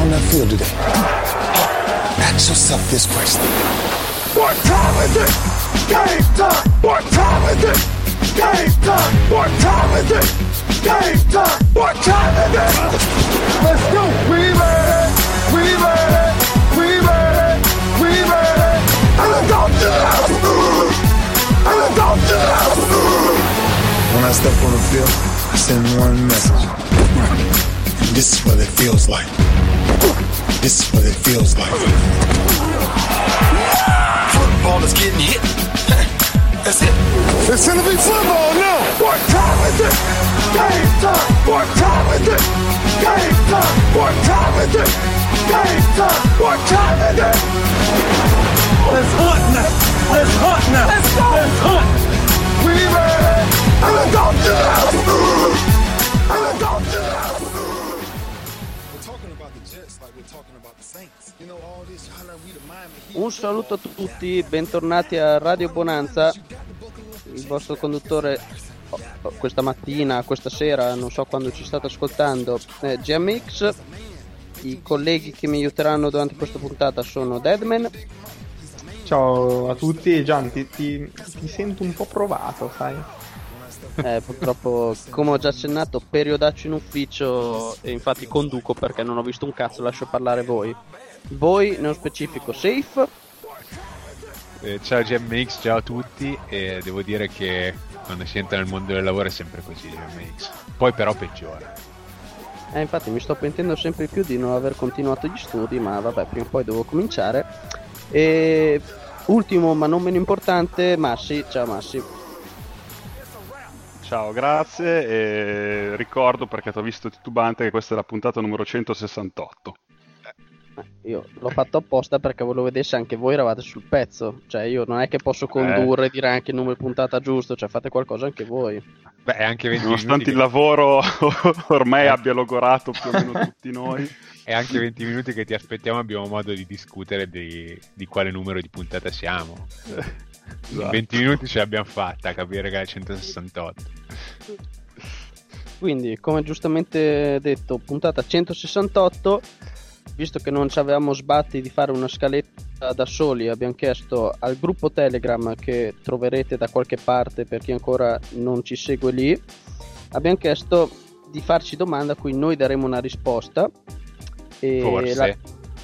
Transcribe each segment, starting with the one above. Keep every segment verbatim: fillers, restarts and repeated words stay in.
on that field today? Ask yourself this question. What time is it? Game time! What time is it? Game time! What time is it? Game time! What time is it? Let's go! We made it! We made it! We made it! We made it! And let's go to the house! And let's go to the house! When I step on the field, I send one message. This is what it feels like. This is what it feels like. Football is getting hit. That's it. It's gonna be football now. What time is it? Game time. What time is it? Game time. What time is it? Game time. What time is it? Let's hunt now. Let's hunt now. Let's go. Let's hunt. We made it. And let's go to the house. And let's go to the house. Un saluto a tutti, bentornati a Radio Bonanza. Il vostro conduttore questa mattina, questa sera, non so quando ci state ascoltando, è G M X. I colleghi che mi aiuteranno durante questa puntata sono Deadman. Ciao a tutti. Gian, ti, ti, ti sento un po' provato, sai? Eh, purtroppo, come ho già accennato, periodaccio in ufficio e infatti conduco perché non ho visto un cazzo, lascio parlare voi. Voi, nello specifico, Safe. Eh, ciao G M X, ciao a tutti. E devo dire che quando si entra nel mondo del lavoro è sempre così, G M X. Poi però peggiora. Eh, infatti mi sto pentendo sempre più di non aver continuato gli studi, ma vabbè, prima o poi devo cominciare. E ultimo ma non meno importante, Massi. Ciao Massi. Ciao, grazie. E ricordo, perché ti ho visto titubante, che questa è la puntata numero centosessantotto. Io l'ho fatto apposta perché volevo vedere se anche voi eravate sul pezzo. Cioè io non è che posso condurre e eh. dire anche il numero di puntata giusto. Cioè fate qualcosa anche voi. Beh, anche venti nonostante minuti il lavoro ormai abbia logorato più o meno tutti noi. E anche venti minuti che ti aspettiamo, abbiamo modo di discutere di, di quale numero di puntata siamo. Esatto. In venti minuti ce l'abbiamo fatta a capire che è centosessantotto. Quindi, come giustamente detto, puntata centosessantotto. Visto che non ci avevamo sbatti di fare una scaletta da soli, abbiamo chiesto al gruppo Telegram, che troverete da qualche parte per chi ancora non ci segue lì, abbiamo chiesto di farci domande a cui noi daremo una risposta. E Forse la...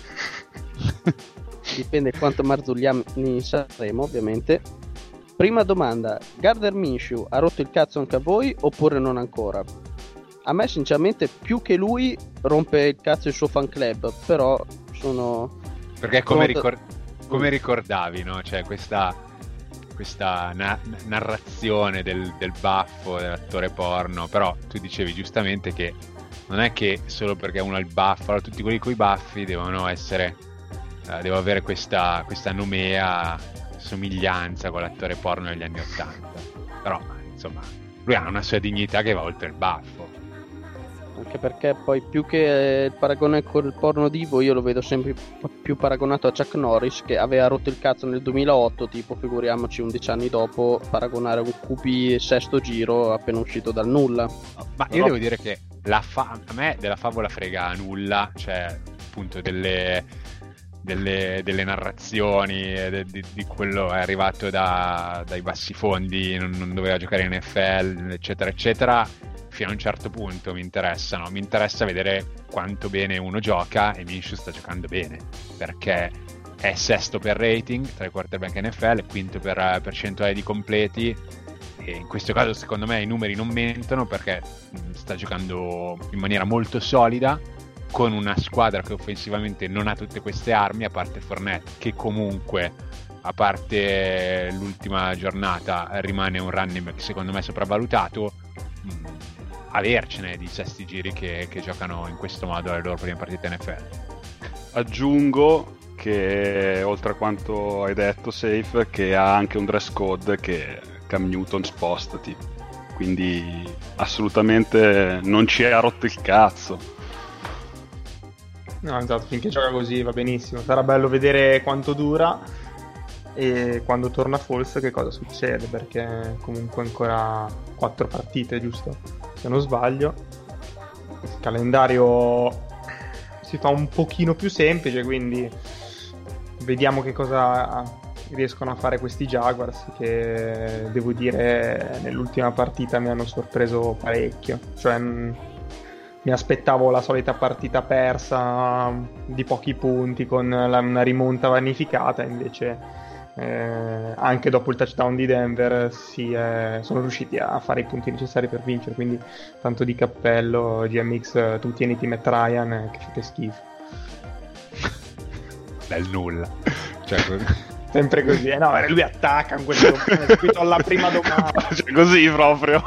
dipende quanto marzulliani saremo, ovviamente. Prima domanda: Gardner Minshew ha rotto il cazzo anche a voi oppure non ancora? A me sinceramente più che lui rompe il cazzo il suo fan club, però sono... Perché come, ricor- come ricordavi, no? Cioè questa, questa na- narrazione del, del baffo dell'attore porno, però tu dicevi giustamente che non è che solo perché uno ha il baffo, allora tutti quelli coi baffi devono essere, eh, devono avere questa, questa nomea somiglianza con l'attore porno degli anni ottanta. Però, insomma, lui ha una sua dignità che va oltre il baffo. Anche perché poi più che il paragone col porno divo, io lo vedo sempre più paragonato a Chuck Norris, che aveva rotto il cazzo nel duemilaotto, tipo figuriamoci undici anni dopo paragonare un Q B sesto giro appena uscito dal nulla. Ma io Però... devo dire che la fa- a me della favola frega nulla, cioè appunto delle, delle, delle narrazioni de, di, di quello è arrivato da, dai bassi fondi, non, non doveva giocare in N F L, eccetera eccetera. Fino a un certo punto mi interessano, mi interessa vedere quanto bene uno gioca, e Minshew sta giocando bene perché è sesto per rating tra i quarterback N F L, quinto per percentuale di completi, e in questo caso secondo me i numeri non mentono perché sta giocando in maniera molto solida con una squadra che offensivamente non ha tutte queste armi, a parte Fournette, che comunque a parte l'ultima giornata rimane un running back secondo me sopravvalutato. Avercene di sesti giri che, che giocano in questo modo le loro prime partite N F L. Aggiungo che, oltre a quanto hai detto Safe, che ha anche un dress code che Cam Newton spostati, quindi assolutamente non ci ha rotto il cazzo. No, esatto, finché gioca così va benissimo. Sarà bello vedere quanto dura e quando torna Foles che cosa succede, perché comunque ancora quattro partite, giusto? Se non sbaglio. Il calendario si fa un pochino più semplice, quindi vediamo che cosa riescono a fare questi Jaguars, che devo dire nell'ultima partita mi hanno sorpreso parecchio. Cioè mh, mi aspettavo la solita partita persa di pochi punti con la, una rimonta vanificata, invece eh, anche dopo il touchdown di Denver si è, sono riusciti a fare i punti necessari per vincere, quindi tanto di cappello. G M X, tu tieniti Matt Ryan, eh, che fate schifo. Del nulla. Cioè, sempre così, eh no, lui attacca con questo subito alla prima domanda. Cioè, così proprio.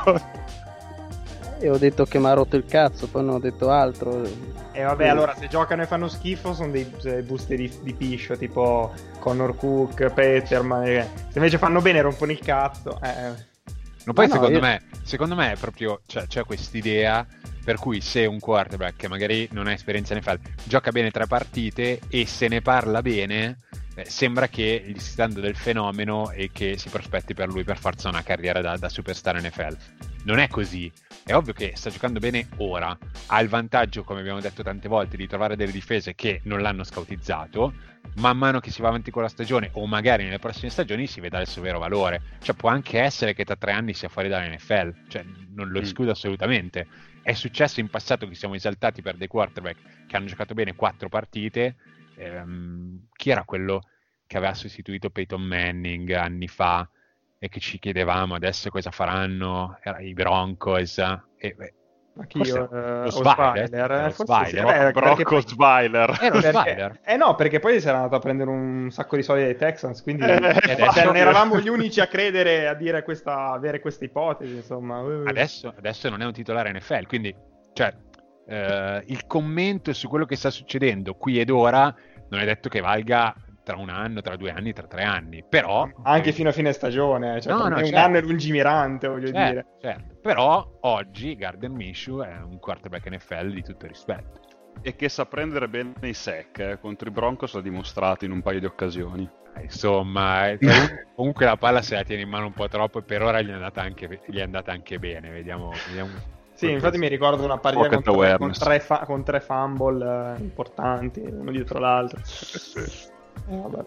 Io ho detto che mi ha rotto il cazzo, poi non ho detto altro. E vabbè, allora se giocano e fanno schifo sono dei, dei busti di, di piscio, tipo Connor Cook, Peterman. Eh. Se invece fanno bene rompono il cazzo. Eh. Ma poi no, secondo io... me, secondo me è proprio, cioè, c'è quest'idea per cui se un quarterback che magari non ha esperienza N F L gioca bene tre partite e se ne parla bene, eh, sembra che gli stia dando del fenomeno e che si prospetti per lui per forza una carriera da, da superstar N F L. Non è così. È ovvio che sta giocando bene ora, ha il vantaggio, come abbiamo detto tante volte, di trovare delle difese che non l'hanno scoutizzato. Man mano che si va avanti con la stagione, o magari nelle prossime stagioni, si veda il suo vero valore. Cioè può anche essere che tra tre anni sia fuori dall'N F L, cioè non lo escludo mm. assolutamente. È successo in passato che siamo esaltati per dei quarterback che hanno giocato bene quattro partite. Ehm, chi era quello che aveva sostituito Peyton Manning anni fa e che ci chiedevamo adesso cosa faranno? Era i Broncos e beh, ma chi io? Lo Osweiler, Osweiler, Broncos Osweiler. Era Osweiler. Eh no, perché poi si era andato a prendere un sacco di soldi dai Texans, quindi eh, cioè, non eravamo gli unici a credere, a dire questa, avere questa ipotesi, insomma. Adesso, adesso non è un titolare N F L, quindi cioè eh, il commento su quello che sta succedendo qui ed ora non è detto che valga tra un anno, tra due anni, tra tre anni, però anche fino a fine stagione, cioè no, no, un certo. anno è lungimirante, voglio certo, dire. Certo. Però oggi Gardner Minshew è un quarterback N F L di tutto rispetto e che sa prendere bene i sack, eh. Contro i Broncos l'ha dimostrato in un paio di occasioni. Eh, insomma, eh, comunque la palla se la tiene in mano un po' troppo e per ora gli è andata anche, gli è andata anche bene, vediamo, vediamo. Sì, infatti mi ricordo una partita con tre, con, tre fa- con tre fumble eh, importanti, uno dietro l'altro. Eh, vabbè.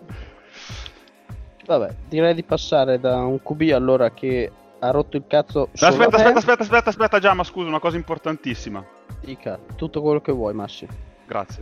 Vabbè, direi di passare da un Q B allora che ha rotto il cazzo solo aspetta, a me. aspetta, aspetta, aspetta, aspetta, già, ma scusa, una cosa importantissima. Dica, tutto quello che vuoi, Massi. Grazie.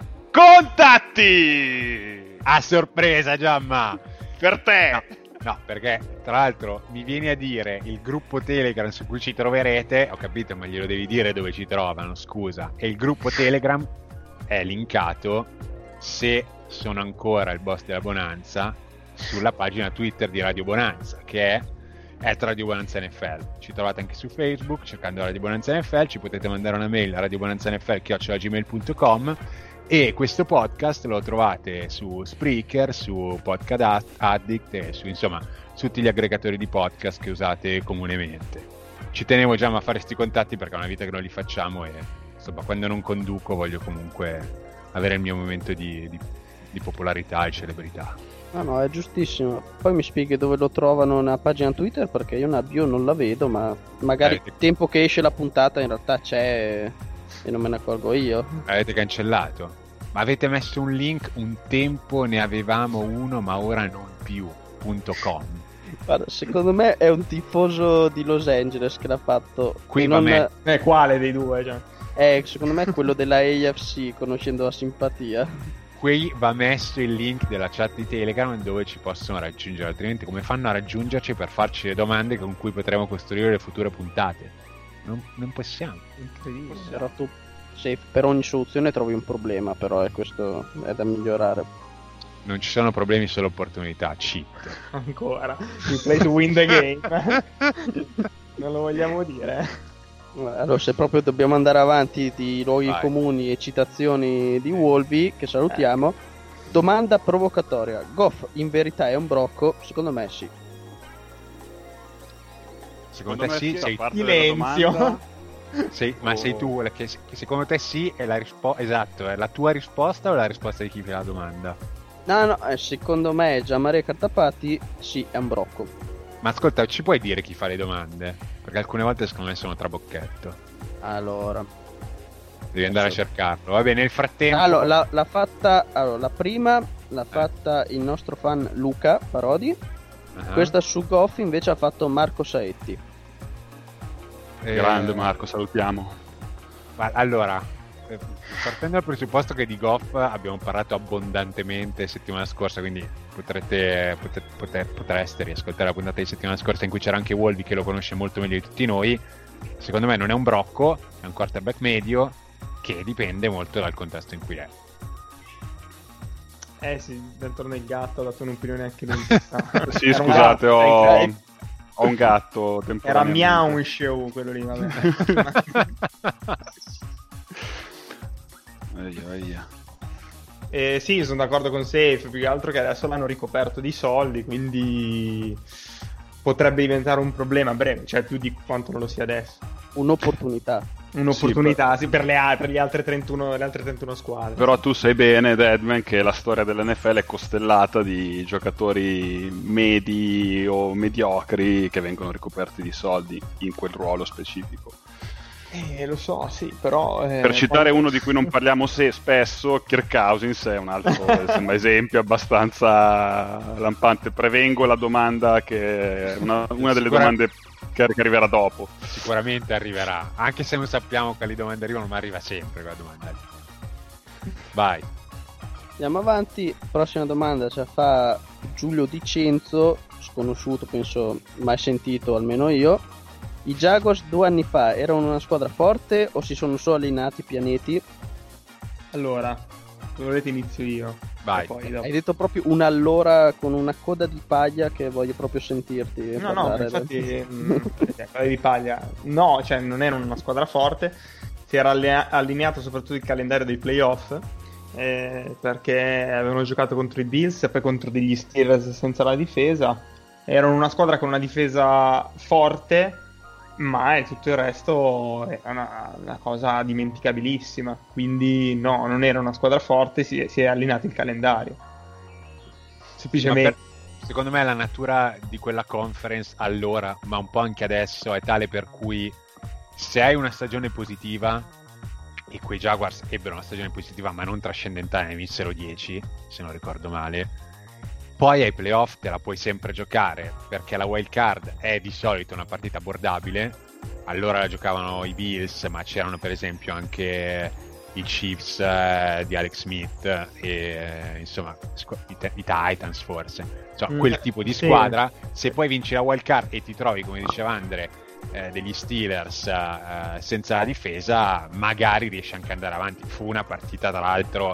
Contatti! A sorpresa, Giamma! Per te! No, no, perché tra l'altro mi vieni a dire il gruppo Telegram su cui ci troverete, ho capito, ma glielo devi dire dove ci trovano, scusa. E il gruppo Telegram è linkato, se sono ancora il boss della Bonanza, sulla pagina Twitter di Radio Bonanza, che è at Radio Bonanza N F L. Ci trovate anche su Facebook cercando Radio Bonanza N F L, ci potete mandare una mail a radiobonanzanfl chiocciola gmail punto com e questo podcast lo trovate su Spreaker, su Podcast Addict e su, insomma, su tutti gli aggregatori di podcast che usate comunemente. Ci tenevo già a fare sti contatti perché è una vita che non li facciamo e insomma quando non conduco voglio comunque avere il mio momento di, di, di popolarità e celebrità. No, no, è giustissimo. Poi mi spieghi dove lo trovano nella pagina Twitter, perché io una bio non la vedo, ma magari il Avete... tempo che esce la puntata in realtà c'è e non me ne accorgo io. Avete cancellato? Ma avete messo un link, un tempo ne avevamo uno, ma ora non più, punto com. Guarda, secondo me è un tifoso di Los Angeles che l'ha fatto. Qui non... va me. Eh, quale dei due, cioè? Eh, secondo me è quello della A F C, conoscendo la simpatia. Qui va messo il link della chat di Telegram dove ci possono raggiungere, altrimenti come fanno a raggiungerci per farci le domande con cui potremo costruire le future puntate? Non, non possiamo. Incredibile. Però tu, se per ogni soluzione trovi un problema, però è questo è da migliorare. Non ci sono problemi, solo opportunità. Cheat. Ancora. We play to win the game. Non lo vogliamo dire. Allora, se proprio dobbiamo andare avanti di luoghi Vai. comuni e citazioni di Wolby, che salutiamo, domanda provocatoria: Goff in verità è un brocco? Secondo me sì. Secondo, secondo te sì? Sei... Silenzio. Sei... Ma oh. sei tu che, che secondo te sì è la risposta? Esatto, è la tua risposta o la risposta di chi fa la domanda? No, no, eh, secondo me Gianmaria Cartapati sì, è un brocco. Ma ascolta, ci puoi dire chi fa le domande? Perché alcune volte secondo me sono trabocchetto. Allora, Devi andare a cercarlo. Va bene, nel frattempo... Allora, la, l'ha fatta, allora, la prima l'ha fatta il nostro fan Luca Parodi. Uh-huh. Questa su Goff invece ha fatto Marco Saetti. Eh... Grande Marco, salutiamo. Ma, allora, partendo dal presupposto che di Goff abbiamo parlato abbondantemente settimana scorsa, quindi potrete, poter, poter, potreste riascoltare la puntata di settimana scorsa in cui c'era anche Wolvi che lo conosce molto meglio di tutti noi. Secondo me non è un brocco, è un quarterback medio che dipende molto dal contesto in cui è. Eh sì, dentro nel gatto ha dato un'opinione anche lui. Sì, scusate, ho, ho un gatto Era Meow Show quello lì, vabbè. Aia, aia. Eh, sì, sono d'accordo con Safe, più che altro che adesso l'hanno ricoperto di soldi, quindi potrebbe diventare un problema a breve, cioè più di quanto non lo sia adesso. Un'opportunità. Un'opportunità, sì, per, sì, per, le, per gli altre trentuno, le altre trentuno squadre. Però tu sai bene, Deadman, che la storia dell'N F L è costellata di giocatori medi o mediocri che vengono ricoperti di soldi in quel ruolo specifico. Eh, lo so, sì, però... Eh, per citare quando... uno di cui non parliamo se spesso, Kirk Cousins è un altro insomma, esempio abbastanza lampante. Prevengo la domanda che una, una delle domande che arriverà dopo. Sicuramente arriverà, anche se non sappiamo quali domande arrivano, ma arriva sempre quella domanda lì. Vai. Andiamo avanti, prossima domanda ce la fa Giulio Di Cenzo, sconosciuto, penso mai sentito almeno io. I Jaguars due anni fa erano una squadra forte o si sono solo allineati pianeti? Allora, se volete inizio io. Vai. Poi, hai detto proprio un allora con una coda di paglia che voglio proprio sentirti. No, no, infatti, coda di paglia. No, cioè non erano una squadra forte. Si era allineato soprattutto il calendario dei playoff. Eh, perché avevano giocato contro i Bills e poi contro degli Steelers senza la difesa. Erano una squadra con una difesa forte, ma tutto il resto era una, una cosa dimenticabilissima, quindi no, non era una squadra forte, si, si è allineato il calendario semplicemente. Per, secondo me la natura di quella conference allora, ma un po' anche adesso, è tale per cui se hai una stagione positiva, e quei Jaguars ebbero una stagione positiva ma non trascendentale, ne vinsero dieci se non ricordo male, poi ai playoff te la puoi sempre giocare, perché la wild card è di solito una partita abbordabile. Allora la giocavano i Bills, ma c'erano per esempio anche i Chiefs eh, di Alex Smith e eh, insomma i, t- i Titans forse, insomma mm, quel tipo di squadra. Sì. Se poi vinci la wild card e ti trovi, come diceva Andre, eh, degli Steelers eh, senza la difesa, magari riesci anche ad andare avanti. Fu una partita tra l'altro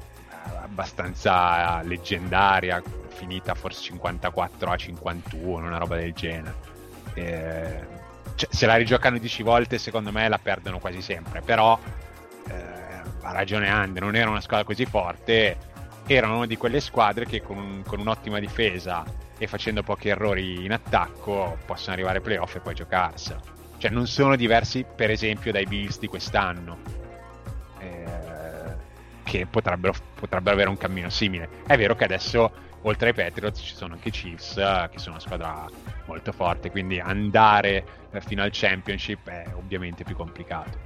abbastanza leggendaria, finita forse cinquantaquattro a cinquantuno, una roba del genere. Eh, cioè, se la rigiocano dieci volte, secondo me la perdono quasi sempre. Però eh, ha ragione Ande, non era una squadra così forte, erano una di quelle squadre che con, un, con un'ottima difesa e facendo pochi errori in attacco possono arrivare ai playoff e poi giocarsela. Cioè non sono diversi per esempio dai Bills di quest'anno, eh, che potrebbero, potrebbero avere un cammino simile. È vero che adesso oltre ai Patriots ci sono anche i Chiefs, uh, che sono una squadra molto forte, quindi andare uh, fino al championship è ovviamente più complicato.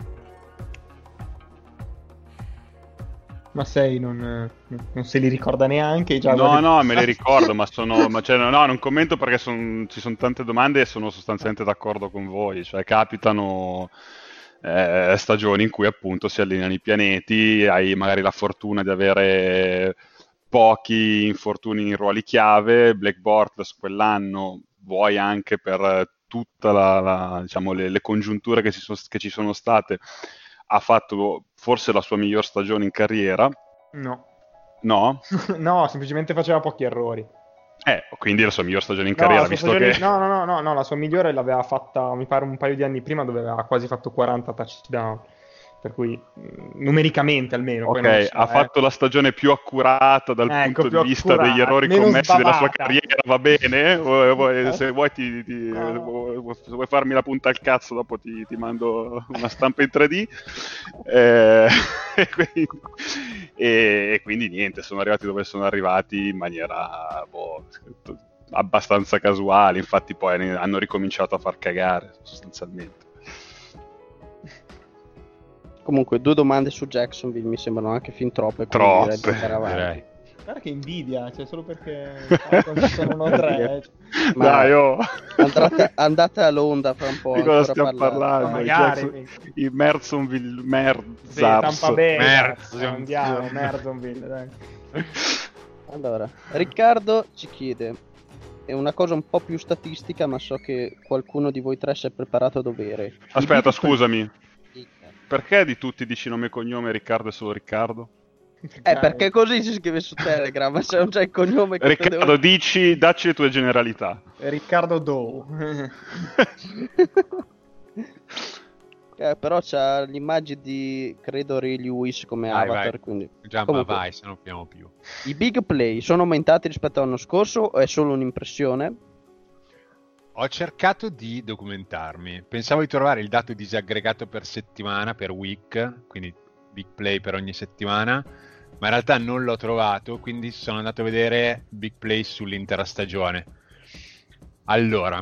Ma sei non, non se li ricorda neanche? Già no, no, me li ricordo, ma sono ma cioè, no, non commento perché son, ci sono tante domande e sono sostanzialmente d'accordo con voi. Cioè capitano eh, stagioni in cui appunto si allineano i pianeti, hai magari la fortuna di avere pochi infortuni in ruoli chiave. Blake Bortles quell'anno, vuoi anche per tutta la, la diciamo le, le congiunture che ci, sono, che ci sono state, ha fatto forse la sua miglior stagione in carriera. No. No? No, semplicemente faceva pochi errori. Eh, quindi la sua miglior stagione in no, carriera, visto stagione... che... No, no, no, no, no, la sua migliore l'aveva fatta, mi pare, un paio di anni prima, dove aveva quasi fatto quaranta touchdown. Per cui, numericamente almeno. Ok, poi so, ha eh. fatto la stagione più accurata dal ecco, punto di vista accurata, degli errori commessi sbavata. della sua carriera, va bene? Vuoi, vuoi, se vuoi, ti, ti, no. se vuoi farmi la punta al cazzo, dopo ti, ti mando una stampa in tre D. Eh, e, quindi, e, e quindi niente, sono arrivati dove sono arrivati in maniera boh, abbastanza casuale, infatti poi hanno ricominciato a far cagare sostanzialmente. Comunque, due domande su Jacksonville mi sembrano anche fin troppe. Troppe, direi di andare avanti. Direi. Guarda che invidia, cioè solo perché ci sono uno tre. eh. Ma Dai, oh. andate, andate all'onda fra un po'. Di cosa ancora stiamo parlare. parlando? Ma I magari. Jackson- I Mersonville Sì, Merzars. Tampa Bay. Merz- Andiamo, Merzonville, dai. Allora, Riccardo ci chiede, è una cosa un po' più statistica, ma so che qualcuno di voi tre si è preparato a dovere. Aspetta, scusami. Perché di tutti dici nome e cognome Riccardo e solo Riccardo? Eh, perché così si scrive su Telegram, se non c'è il cognome che Riccardo, devo... dici, dacci le tue generalità. Riccardo Doe. eh, però c'ha l'immagine di, credo, Ray Lewis come Vai, avatar, vai. quindi... Già, ma Comunque, vai, se non abbiamo più. i big play sono aumentati rispetto all'anno scorso o è solo un'impressione? Ho cercato di documentarmi. Pensavo di trovare il dato disaggregato per settimana, per week, quindi big play per ogni settimana, ma in realtà non l'ho trovato, quindi sono andato a vedere big play sull'intera stagione. Allora,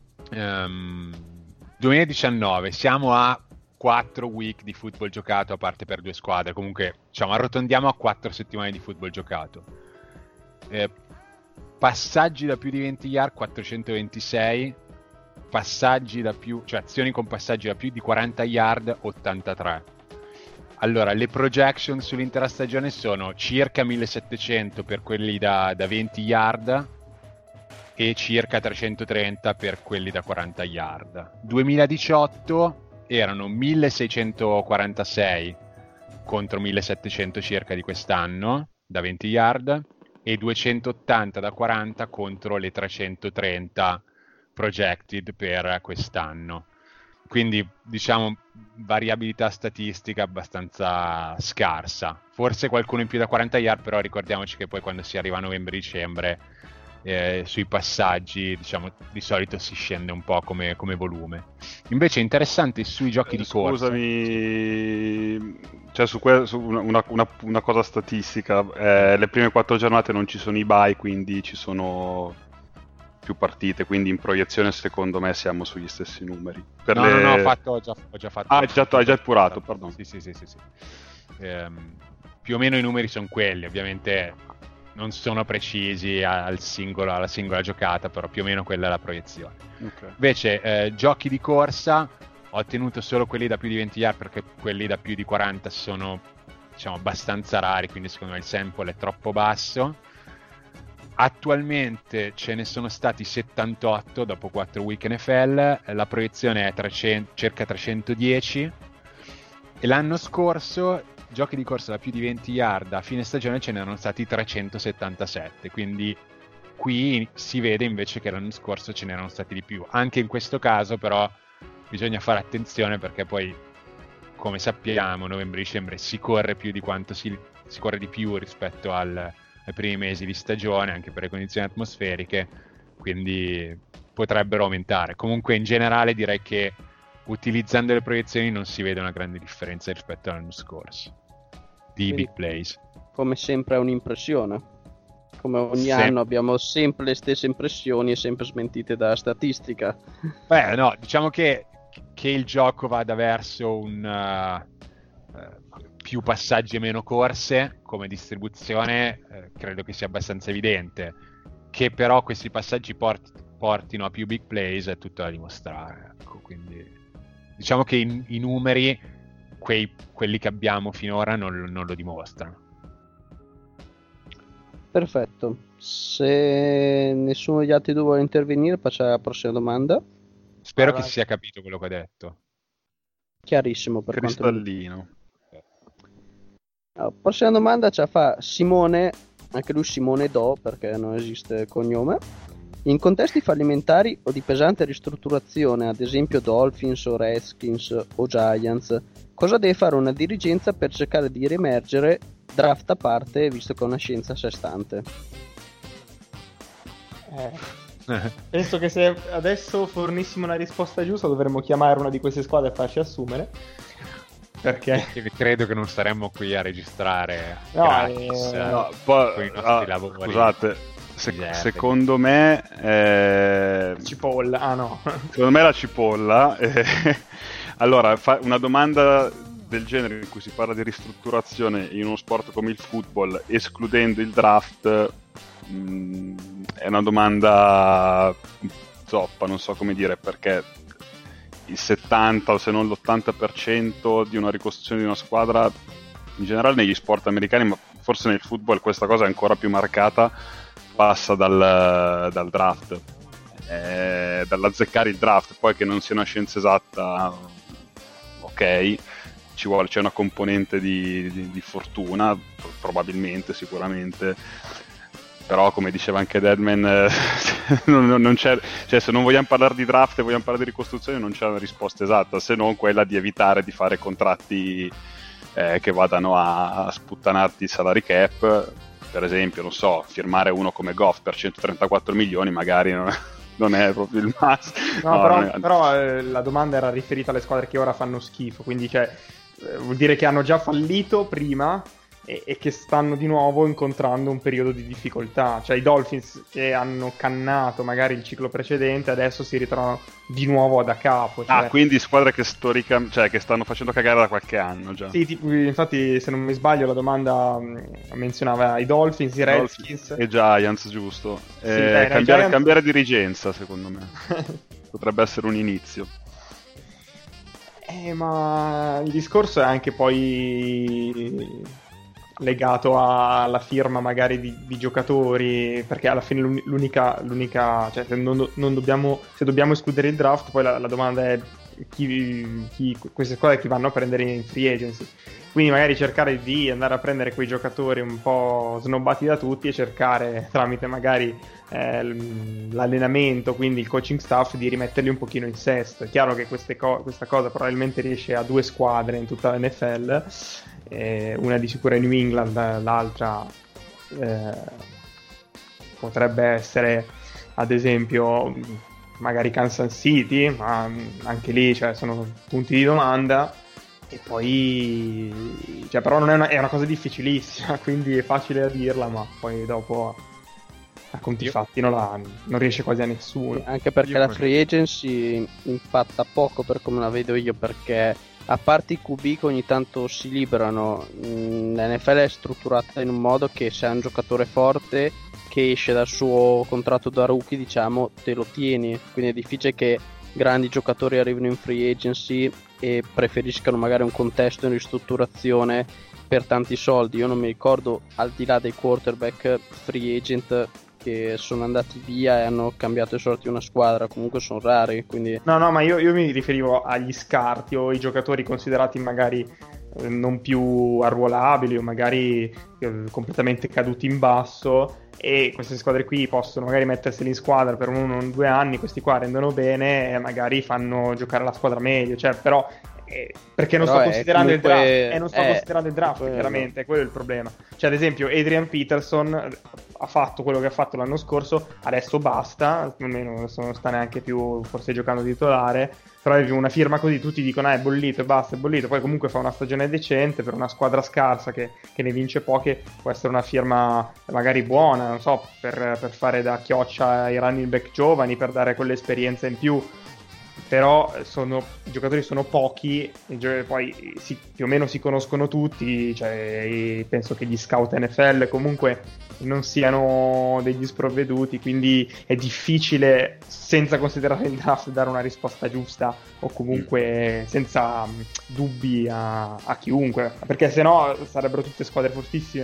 um, duemiladiciannove, siamo a quattro week di football giocato, a parte per due squadre, comunque diciamo arrotondiamo a quattro settimane di football giocato. Eh, passaggi da più di venti yard quattrocentoventisei, passaggi da più, cioè azioni con passaggi da più di quaranta yard ottantatré. Allora, le projection sull'intera stagione sono circa millesettecento per quelli da, da venti yard e circa trecentotrenta per quelli da quaranta yard. duemiladiciotto erano milleseicentoquarantasei contro millesettecento circa di quest'anno da venti yard e duecentottanta da quaranta contro le trecentotrenta projected per quest'anno. Quindi diciamo variabilità statistica abbastanza scarsa. Forse qualcuno in più da quaranta yard, però ricordiamoci che poi quando si arriva a novembre-dicembre eh, sui passaggi diciamo di solito si scende un po' come, come volume. Invece interessante sui giochi di corsa. Scusami, cioè su, que- su una, una, una, una cosa statistica, eh, le prime quattro giornate non ci sono i bye, quindi ci sono più partite, quindi in proiezione secondo me siamo sugli stessi numeri. Per no, le... no, no, ho, fatto, ho, già, ho già fatto. Ah, hai già, hai già appurato, perdono. Sì, sì, sì, sì, sì. Ehm, più o meno i numeri sono quelli, ovviamente non sono precisi al singolo, alla singola giocata, però più o meno quella è la proiezione. Okay. Invece, eh, giochi di corsa, ho ottenuto solo quelli da più di venti yard perché quelli da più di quaranta sono, diciamo, abbastanza rari, quindi secondo me il sample è troppo basso. Attualmente ce ne sono stati settantotto dopo quattro week N F L, la proiezione è trecento, circa trecentodieci, e l'anno scorso giochi di corsa da più di venti yard a fine stagione ce ne erano stati trecentosettantasette, quindi qui si vede invece che l'anno scorso ce ne erano stati di più. Anche in questo caso però bisogna fare attenzione perché poi, come sappiamo, novembre-dicembre si corre più di quanto si, si corre di più rispetto al ai primi mesi di stagione, anche per le condizioni atmosferiche, quindi potrebbero aumentare. Comunque in generale direi che utilizzando le proiezioni non si vede una grande differenza rispetto all'anno scorso di Quindi, big plays. Come sempre è un'impressione, come ogni Sì. anno abbiamo sempre le stesse impressioni e sempre smentite da statistica. Beh, no, diciamo che, che il gioco vada verso un uh, uh, più passaggi e meno corse come distribuzione, eh, credo che sia abbastanza evidente. Che però questi passaggi port- portino a più big plays è tutto da dimostrare, ecco. Quindi diciamo che i, i numeri, quei, quelli che abbiamo finora, non, non lo dimostrano. Perfetto, se nessuno degli altri due vuole intervenire facciamo la prossima domanda. Spero Vai, che si sia capito quello che ho detto. Chiarissimo per quanto mi... Cristallino. La prossima domanda ce la fa Simone, anche lui Simone Do perché non esiste cognome. In contesti fallimentari o di pesante ristrutturazione, ad esempio Dolphins o Redskins o Giants, cosa deve fare una dirigenza per cercare di riemergere, draft a parte, visto che è una scienza a sé stante? Eh, penso che se adesso fornissimo una risposta giusta dovremmo chiamare una di queste squadre e farci assumere, perché Credo che non staremmo qui a registrare No, gratis, eh, eh, No, poi, con i nostri ah, lavori. scusate, se- Miserabili. secondo me eh, cipolla, ah no secondo me la cipolla eh, allora fa una domanda del genere in cui si parla di ristrutturazione in uno sport come il football, escludendo il draft, mh, è una domanda zoppa, non so come dire, perché il settanta o se non l'ottanta per cento di una ricostruzione di una squadra, in generale negli sport americani, ma forse nel football questa cosa è ancora più marcata, passa dal, dal draft, eh, dall'azzeccare il draft. Poi che non sia una scienza esatta, ok, ci vuole, c'è una componente di, di, di fortuna, probabilmente, sicuramente, però come diceva anche Deadman, eh, non, non c'è, cioè, se non vogliamo parlare di draft e vogliamo parlare di ricostruzione, non c'è una risposta esatta, se non quella di evitare di fare contratti eh, che vadano a, a sputtanarti il salary cap. Per esempio, non so, firmare uno come Goff per centotrentaquattro milioni magari non, non è proprio il massimo. No, no, però, è... però eh, la domanda era riferita alle squadre che ora fanno schifo, quindi cioè, eh, vuol dire che hanno già fallito prima e, e che stanno di nuovo incontrando un periodo di difficoltà. Cioè i Dolphins che hanno cannato magari il ciclo precedente adesso si ritrovano di nuovo da capo. Cioè... Ah, quindi squadre che storicamente, cioè che stanno facendo cagare da qualche anno già. Sì, tipo, infatti se non mi sbaglio la domanda mh, menzionava i Dolphins, i Redskins e Giants, giusto. Sì, eh, beh, cambiare, Giants... cambiare dirigenza, secondo me potrebbe essere un inizio. Eh, ma il discorso è anche poi legato alla firma magari di, di giocatori, perché alla fine l'unica, l'unica cioè se non, non dobbiamo, se dobbiamo escludere il draft, poi la, la domanda è chi, chi, queste squadre chi vanno a prendere in free agency, quindi magari cercare di andare a prendere quei giocatori un po' snobbati da tutti e cercare tramite magari eh, l'allenamento, quindi il coaching staff, di rimetterli un pochino in sesto. È chiaro che queste co- questa cosa probabilmente riesce a due squadre in tutta l'N F L, eh, una di sicuro è New England, l'altra eh, potrebbe essere ad esempio magari Kansas City, ma anche lì cioè, sono punti di domanda. E poi cioè, però non è una, è una cosa difficilissima, quindi è facile a dirla, ma poi dopo a conti Io... fatti non, la, non riesce quasi a nessuno. Anche perché Io la poi... free agency impatta poco per come la vedo io, perché a parte i Q B che ogni tanto si liberano, l'N F L è strutturata in un modo che se hai un giocatore forte che esce dal suo contratto da rookie, diciamo, te lo tieni, quindi è difficile che grandi giocatori arrivino in free agency e preferiscano magari un contesto in ristrutturazione per tanti soldi. Io non mi ricordo, al di là dei quarterback, free agent che sono andati via e hanno cambiato le sorti di una squadra, comunque sono rari, quindi... No, no, ma io, io mi riferivo agli scarti o i giocatori considerati magari eh, non più arruolabili o magari eh, completamente caduti in basso, e queste squadre qui possono magari metterseli in squadra per uno o due anni, questi qua rendono bene e magari fanno giocare la squadra meglio, cioè però eh, perché non però sto considerando comunque... il draft e non sto eh, considerando il draft quello. chiaramente, quello è il problema. Cioè ad esempio Adrian Peterson ha fatto quello che ha fatto l'anno scorso, adesso basta, almeno adesso non sta neanche più forse giocando titolare, però è una firma così tutti dicono ah, è bollito e basta, è bollito, poi comunque fa una stagione decente per una squadra scarsa che, che ne vince poche, può essere una firma magari buona, non so, per, per fare da chioccia ai running back giovani, per dare quell'esperienza in più. Però sono, i giocatori sono pochi, e poi si, più o meno si conoscono tutti, cioè, penso che gli scout N F L comunque non siano degli sprovveduti, quindi è difficile, senza considerare il draft, dare una risposta giusta o comunque senza um, dubbi a, a chiunque, perché sennò sarebbero tutte squadre fortissime.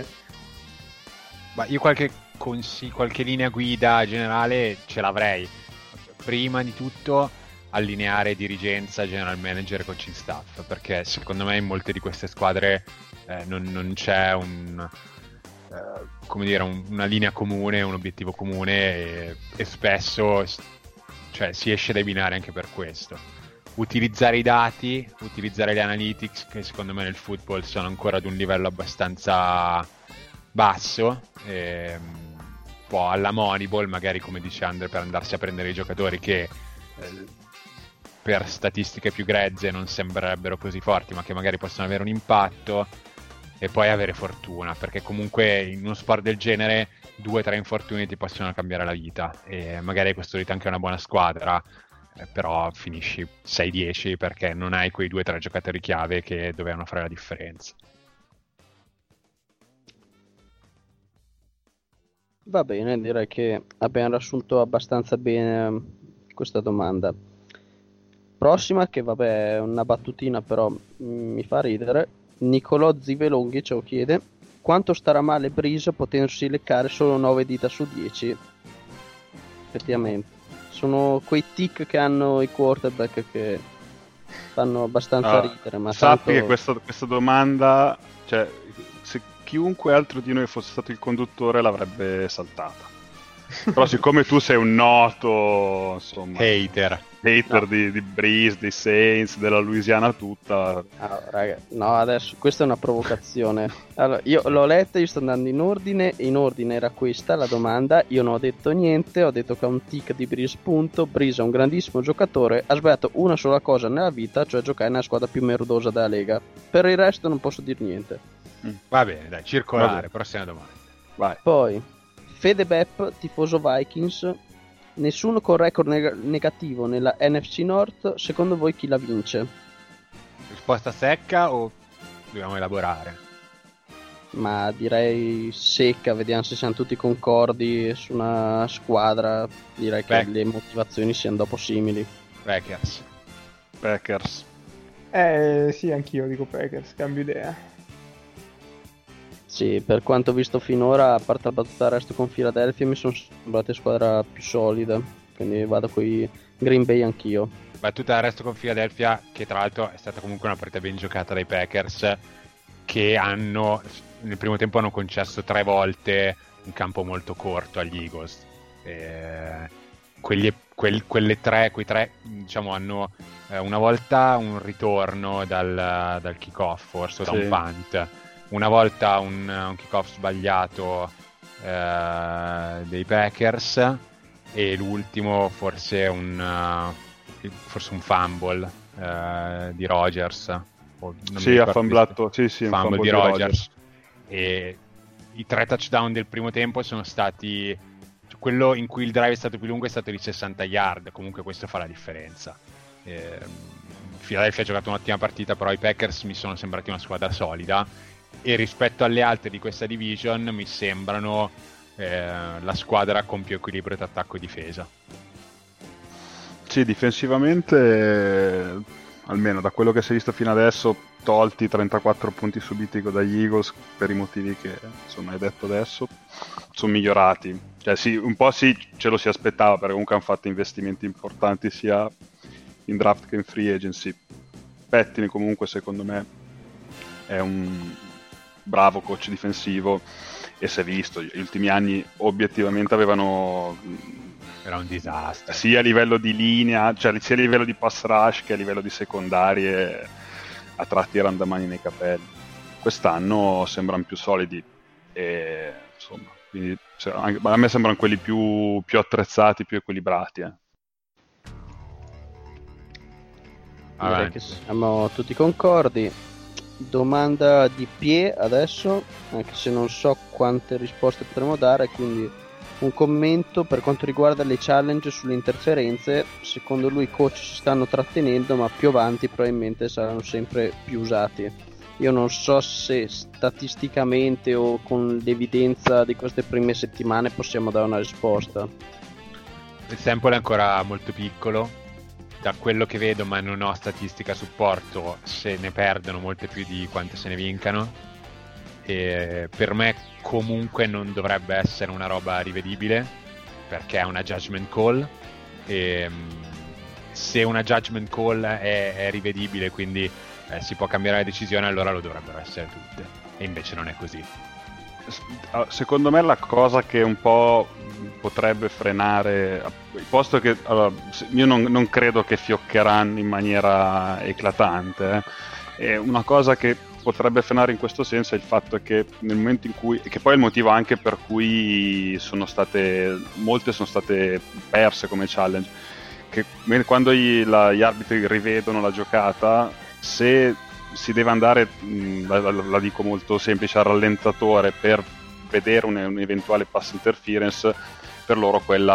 Ma io qualche consiglio, qualche linea guida generale ce l'avrei. Prima di tutto allineare dirigenza, general manager e coaching staff, perché secondo me in molte di queste squadre eh, non, non c'è un eh, come dire un, una linea comune, un obiettivo comune e, e spesso cioè, si esce dai binari anche per questo. Utilizzare i dati, utilizzare le analytics, che secondo me nel football sono ancora ad un livello abbastanza basso, e, un po' alla Moneyball magari, come dice Andre, per andarsi a prendere i giocatori che eh, per statistiche più grezze non sembrerebbero così forti, ma che magari possono avere un impatto, e poi avere fortuna, perché comunque in uno sport del genere due o tre infortuni ti possono cambiare la vita, e magari hai costruito anche una buona squadra, però finisci sei dieci perché non hai quei due o tre giocatori chiave che dovevano fare la differenza. Va bene, direi che abbiamo riassunto abbastanza bene questa domanda. Prossima, che vabbè è una battutina però mi fa ridere. Nicolò Zivelonghi ce lo chiede: quanto starà male Breeze potendosi leccare solo nove dita su dieci? Effettivamente sono quei tic che hanno i quarterback che fanno abbastanza ah, ridere, ma sappi tanto... che questa, questa domanda, cioè, se chiunque altro di noi fosse stato il conduttore l'avrebbe saltata. Però siccome tu sei un noto, insomma, hater, hater no. di, di Breeze, dei Saints, della Louisiana tutta. Ah, raga, no, adesso questa è una provocazione. Allora, io l'ho letta, io sto andando in ordine, e in ordine era questa la domanda. Io non ho detto niente, ho detto che ha un tic di Breeze, punto. Breeze è un grandissimo giocatore, ha sbagliato una sola cosa nella vita, cioè giocare nella squadra più merdosa della Lega. Per il resto non posso dire niente. Mm. Va bene, dai, circolare, prossima domanda. Vai. Poi Fede Bepp, tifoso Vikings: nessuno con record neg- negativo nella N F C North, secondo voi chi la vince? Risposta secca o dobbiamo elaborare? Ma direi secca, vediamo se siamo tutti concordi su una squadra. Direi che Beh. le motivazioni siano dopo simili. Packers. Packers. Eh sì, anch'io dico Packers, cambio idea. Sì, per quanto visto finora, a parte la battuta resto con Philadelphia, mi sono sembrate squadra più solida, quindi vado con i Green Bay anch'io. Battuta d'arresto con Philadelphia, che tra l'altro è stata comunque una partita ben giocata dai Packers, che hanno nel primo tempo hanno concesso tre volte un campo molto corto agli Eagles. Eh, quelli, quel, quelle tre, quei tre, diciamo, hanno eh, una volta un ritorno dal, dal kick-off, forse, o da Sì. un punt, una volta un, un kick-off sbagliato eh, dei Packers, e l'ultimo forse un uh, forse un fumble uh, di Rodgers, o non Sì, mi ha ricordo fumblato, sì, sì, un fumble, fumble di di Rodgers. Rodgers. E i tre touchdown del primo tempo sono stati, cioè, quello in cui il drive è stato più lungo è stato di sessanta yard, comunque questo fa la differenza. eh, Philadelphia ha giocato un'ottima partita, però i Packers mi sono sembrati una squadra solida, e rispetto alle altre di questa division mi sembrano eh, la squadra con più equilibrio tra attacco e difesa. Sì, difensivamente, eh, almeno da quello che si è visto fino adesso, tolti i trentaquattro punti subiti dagli Eagles per i motivi che insomma hai detto adesso, sono migliorati. Cioè sì, un po' sì, ce lo si aspettava, perché comunque hanno fatto investimenti importanti sia in draft che in free agency. Pettine comunque secondo me è un bravo coach difensivo, e si è visto, gli ultimi anni obiettivamente avevano, Era un disastro. sia a livello di linea, cioè sia a livello di pass rush che a livello di secondarie, a tratti erano da mani nei capelli. Quest'anno sembrano più solidi, e insomma, quindi, cioè, anche, a me sembrano quelli più, più attrezzati, più equilibrati. Eh. Direi Avanti. che siamo tutti concordi. Domanda di Pie adesso, anche se non so quante risposte potremo dare, quindi un commento per quanto riguarda le challenge sulle interferenze. Secondo lui i coach si stanno trattenendo, ma più avanti probabilmente saranno sempre più usati. Io non so se statisticamente o con l'evidenza di queste prime settimane possiamo dare una risposta. Il sample è ancora molto piccolo, da quello che vedo, ma non ho statistica a supporto, se ne perdono molte più di quante se ne vincano, e per me comunque non dovrebbe essere una roba rivedibile, perché è una judgment call, e se una judgment call è, è rivedibile, quindi eh, si può cambiare la decisione, allora lo dovrebbero essere tutte, e invece non è così. Secondo me la cosa che un po' potrebbe frenare, posto che allora, io non, non credo che fioccheranno in maniera eclatante, eh. E una cosa che potrebbe frenare in questo senso è il fatto che nel momento in cui, che poi è il motivo anche per cui sono state molte sono state perse come challenge, che quando gli, la, gli arbitri rivedono la giocata, se si deve andare, la, la, la dico molto semplice, al rallentatore per vedere un, un eventuale pass interference, per loro quella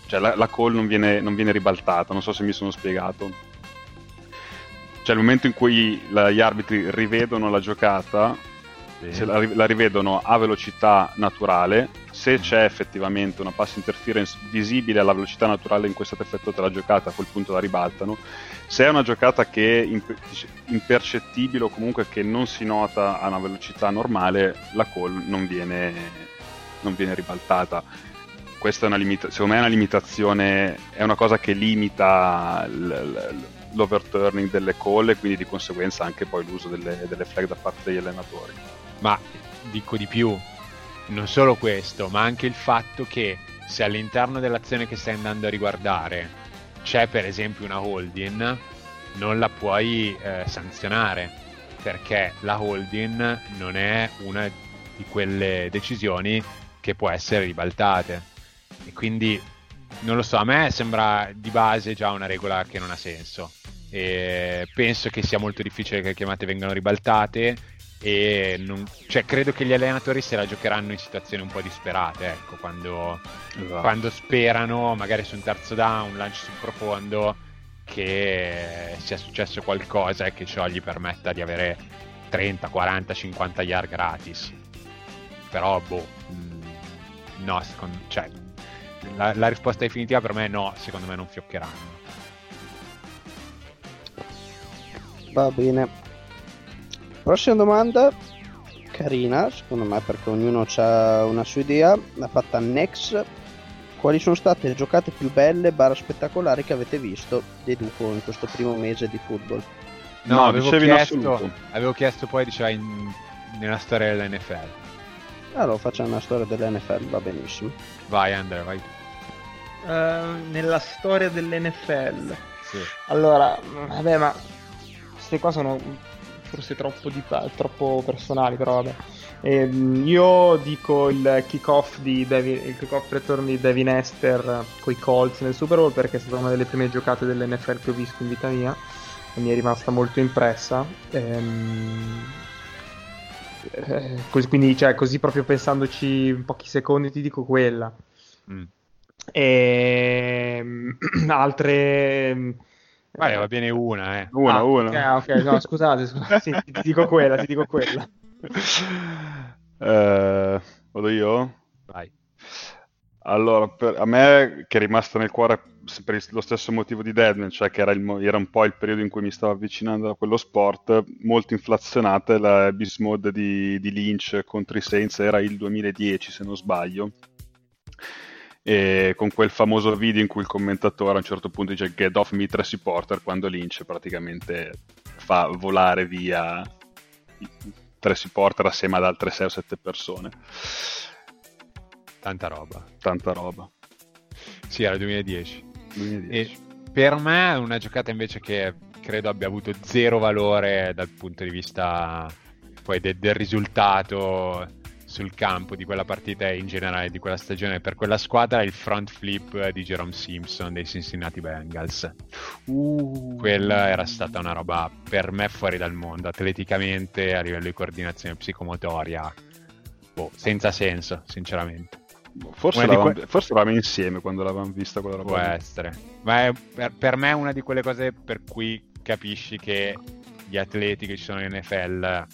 cioè la, la call non viene, non viene ribaltata, non so se mi sono spiegato. Cioè il momento in cui la, gli arbitri rivedono la giocata, sì. se la, la rivedono a velocità naturale, se c'è effettivamente una pass interference visibile alla velocità naturale in cui è stata effettuata la giocata, a quel punto la ribaltano. Se è una giocata che è imper- impercettibile o comunque che non si nota a una velocità normale, la call non viene, non viene ribaltata. Questa è una limita- secondo me è una limitazione, è una cosa che limita l- l- l'overturning delle call e quindi di conseguenza anche poi l'uso delle, delle flag da parte degli allenatori. Ma dico di più, non solo questo, ma anche il fatto che se all'interno dell'azione che stai andando a riguardare c'è per esempio una holding, non la puoi eh, sanzionare, perché la holding non è una di quelle decisioni che può essere ribaltate, e quindi non lo so, a me sembra di base già una regola che non ha senso, e penso che sia molto difficile che le chiamate vengano ribaltate, e non, cioè credo che gli allenatori se la giocheranno in situazioni un po' disperate, ecco, quando, esatto. quando sperano magari su un terzo down, un lancio sul profondo, che sia successo qualcosa e che ciò gli permetta di avere trenta, quaranta, cinquanta yard gratis. Però boh, mh, no, secondo, cioè la, la risposta definitiva per me è no, secondo me non fioccheranno. Va bene. Prossima domanda, carina secondo me perché ognuno ha una sua idea, l'ha fatta Nex. Quali sono state le giocate più belle barra spettacolari che avete visto, deduco, in questo primo mese di football? No, no avevo, chiesto, avevo chiesto poi diceva in, nella storia dell'N F L. Allora facciamo una storia dell'N F L, va benissimo. Vai Andrea, vai. Uh, nella storia dell'N F L? Sì. Allora, vabbè, ma queste qua sono forse troppo, di, troppo personali, però vabbè. E, io dico il kick-off di Devin, il kick-off return di Devin Hester coi Colts nel Super Bowl, perché è stata una delle prime giocate dell'N F L che ho visto in vita mia e mi è rimasta molto impressa. Ehm, eh, così, quindi, cioè, così proprio pensandoci in pochi secondi ti dico quella. Mm. E altre. Vai, va bene una, eh. Una, ah, una. Ok, ok, no, scusate, scusate. Sì, ti dico quella, ti dico quella. Eh, vado io? Vai. Allora, per, a me che è rimasta nel cuore per lo stesso motivo di Deadman, cioè che era, il, era un po' il periodo in cui mi stavo avvicinando a quello sport, molto inflazionata, la Beast Mode di, di Lynch contro i Saints era il duemiladieci se non sbaglio. E con quel famoso video in cui il commentatore a un certo punto dice "Get off me Tracy Porter", quando Lynch praticamente fa volare via Tracy Porter assieme ad altre sei o sette persone. Tanta roba. Tanta roba. Sì, era il duemiladieci. duemiladieci. E per me è una giocata invece che credo abbia avuto zero valore dal punto di vista poi de- del risultato sul campo di quella partita e in generale di quella stagione per quella squadra, il front flip di Jerome Simpson dei Cincinnati Bengals. Uh, quella era stata una roba per me fuori dal mondo, atleticamente, a livello di coordinazione psicomotoria, boh, senza senso, sinceramente. Forse l'avevamo, que- forse l'avevamo insieme quando l'avevamo vista quella roba. Può essere, ma è per, per me è una di quelle cose per cui capisci che gli atleti che ci sono in N F L,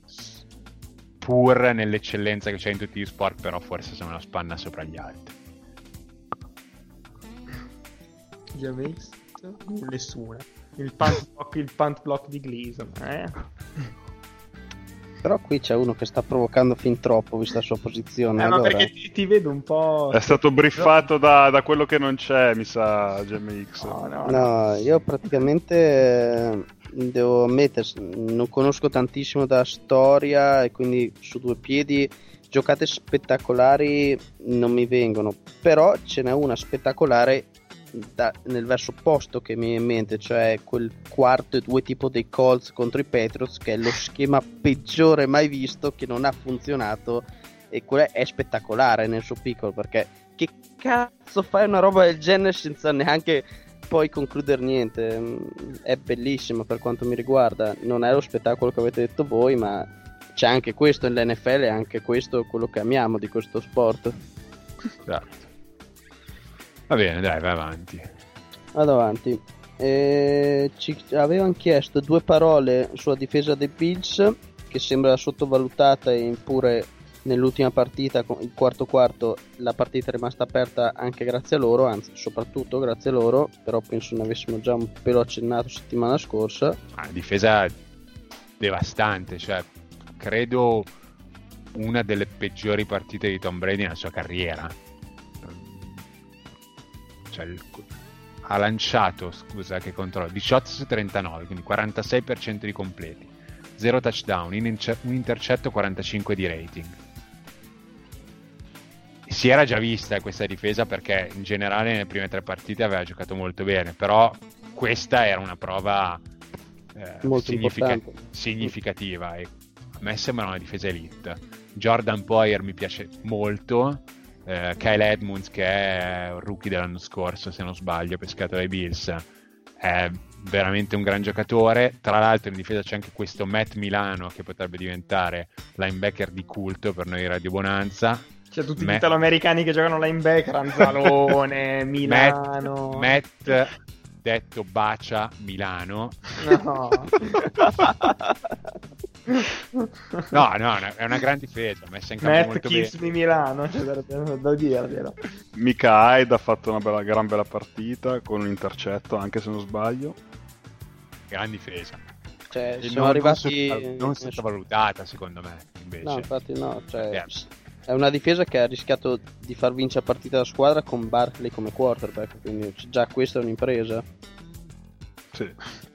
pur nell'eccellenza che c'è in tutti gli sport, però forse sono una spanna sopra gli altri. Già visto? Nessuna. Il punt block, il punt block di Gleason, eh? Però qui c'è uno che sta provocando fin troppo, vista la sua posizione. Eh, allora... ma perché ti, ti vedo un po'... È stato briefato da, da quello che non c'è, mi sa, G M X. No, no, no, no. Io praticamente devo ammettere, non conosco tantissimo da storia e quindi su due piedi giocate spettacolari non mi vengono, però ce n'è una spettacolare da, nel verso opposto che mi viene in mente, cioè quel quarto e due tipo dei Colts contro i Patriots, che è lo schema peggiore mai visto, che non ha funzionato, e quello è spettacolare nel suo piccolo, perché che cazzo fai una roba del genere senza neanche poi concludere niente? È bellissimo per quanto mi riguarda, non è lo spettacolo che avete detto voi, ma c'è anche questo nell'N F L e anche questo è quello che amiamo di questo sport. Certo. Va bene, dai, vai avanti. Vado avanti. Eh, ci avevano chiesto due parole sulla difesa dei Bills, che sembra sottovalutata, e pure nell'ultima partita, il quarto quarto, la partita è rimasta aperta anche grazie a loro, anzi soprattutto grazie a loro, però penso ne avessimo già un pelo accennato settimana scorsa. Ah, difesa devastante, cioè credo una delle peggiori partite di Tom Brady nella sua carriera. Cioè, il, ha lanciato, scusa che controllo, diciotto su trentanove, quindi quarantasei per cento di completi, zero touchdown, un, incer- un intercetto, quarantacinque di rating. Si era già vista questa difesa perché in generale nelle prime tre partite aveva giocato molto bene, però questa era una prova eh, molto significa- significativa e a me sembra una difesa elite. Jordan Poyer mi piace molto, eh, Kyle Edmonds, che è un rookie dell'anno scorso se non sbaglio, pescato dai Bills, è veramente un gran giocatore. Tra l'altro in difesa c'è anche questo Matt Milano che potrebbe diventare linebacker di culto per noi Radio Bonanza. C'è tutti Matt... gli italo-americani che giocano linebacker, Anzalone, Milano. Matt, Matt detto Bacia Milano. No. No, no, è una gran difesa, messa in campo Matt molto Kiss bene. di Milano, cioè, da dirglielo. Mika Hyde ha fatto una bella, gran bella partita con un intercetto, anche se non sbaglio. Gran difesa. Cioè, E sono non, arrivati... non, non sottovalutata secondo me, invece. No, infatti no, cioè, Yeah. è una difesa che ha rischiato di far vincere partita da squadra con Barkley come quarterback, quindi già questa è un'impresa. Sì.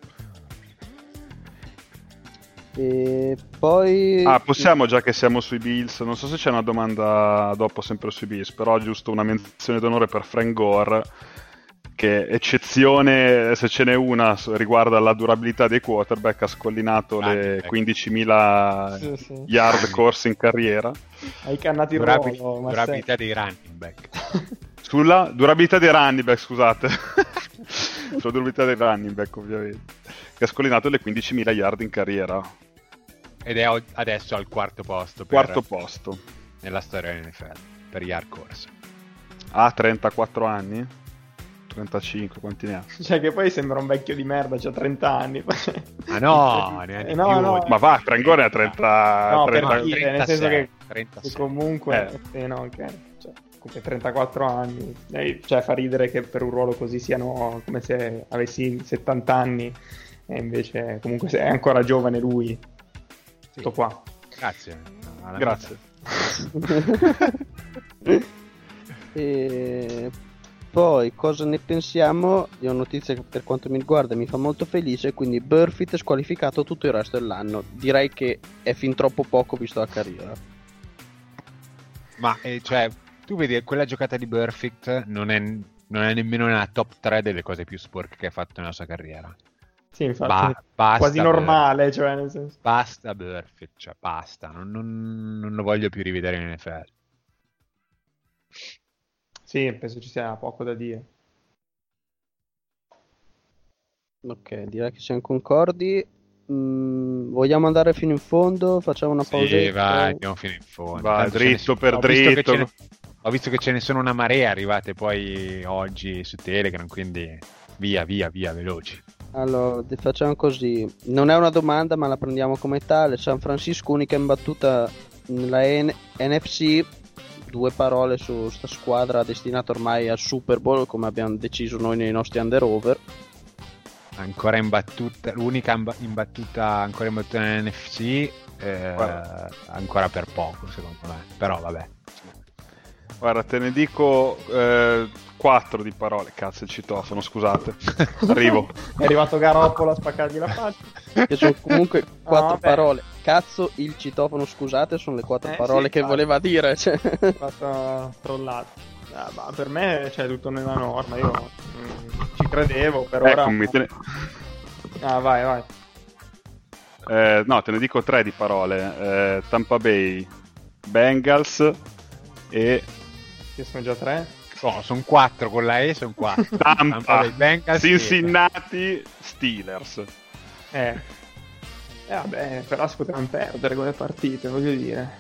E poi... Ah, possiamo, già che siamo sui Bills, non so se c'è una domanda dopo sempre sui Bills, però giusto una menzione d'onore per Frank Gore, che eccezione, se ce n'è una, riguarda la durabilità dei quarterback, ha scollinato Ah, le ecco. quindicimila Sì, sì. yard corsi in carriera. Hai cannato il Durabil- ruolo, ma durabilità dei running back. Sulla durabilità dei running back, scusate. Sulla durabilità dei running back, ovviamente. Che ha scollinato le quindicimila yard in carriera. Ed è o- adesso al quarto posto per, Quarto posto. nella storia dell'N F L per yard corse. Ha trentaquattro anni? trentacinque, quanti ne ha? Cioè che poi sembra un vecchio di merda, c'ha trenta anni. Ah no, ne ha di Eh, no, più. no. Ma va, Frank Gore ne ha trenta... No, trenta... per dire, nel senso che, trentasei. che comunque eh. no, ok, cioè, comunque trentaquattro anni, eh, cioè fa ridere che per un ruolo così siano come se avessi settanta anni e invece comunque è ancora giovane lui. Tutto qua. Grazie. Alla Grazie. E poi cosa ne pensiamo di una notizia che per quanto mi riguarda mi fa molto felice, quindi Burfict è squalificato tutto il resto dell'anno. Direi che è fin troppo poco visto la carriera. Ma eh, cioè, tu vedi, quella giocata di Burfict non è, non è nemmeno nella top tre delle cose più sporche che ha fatto nella sua carriera. Sì, infatti, Ba- basta quasi Burfict. normale, cioè nel senso. Basta Burfict, cioè basta, non, non, non lo voglio più rivedere in N F L. Sì, penso ci sia poco da dire. Ok, direi che siamo concordi. Mm, vogliamo andare fino in fondo? Facciamo una pausa? Sì, vai, andiamo fino in fondo. Va, Tanto ce dritto ne- per ho visto che dritto. ce ne- ho visto che ce ne sono una marea arrivate poi oggi su Telegram, quindi via, via, via, veloci. Allora, de- facciamo così. Non è una domanda, ma la prendiamo come tale. San Francisco, unica imbattuta nella N- N F C. Due parole su sta squadra destinata ormai al Super Bowl, come abbiamo deciso noi nei nostri under-over. Ancora imbattuta, l'unica imba- imbattuta ancora imbattuta nell'N F C, eh, Guarda. ancora per poco secondo me, però vabbè. Guarda, te ne dico eh, quattro di parole. Cazzo, il citofono, scusate. Arrivo. È arrivato Garoppolo a spaccargli la faccia. Che sono comunque quattro vabbè. parole. Cazzo, il citofono, scusate, sono le quattro Eh, parole sì, che infatti. voleva dire. Cioè. Fatto trollato. Ah, ma per me c'è tutto nella norma, io mm, ci credevo, per ora... Ecco, mi te ne... Ah, vai, vai. eh, no, te ne dico tre di parole. Eh, Tampa Bay, Bengals e Che sono già tre. Oh, sono quattro con la E, sono quattro. Tampa, dei Bengals, Cincinnati, Steelers. Eh. Eh vabbè, però si potevano perdere come partite, voglio dire.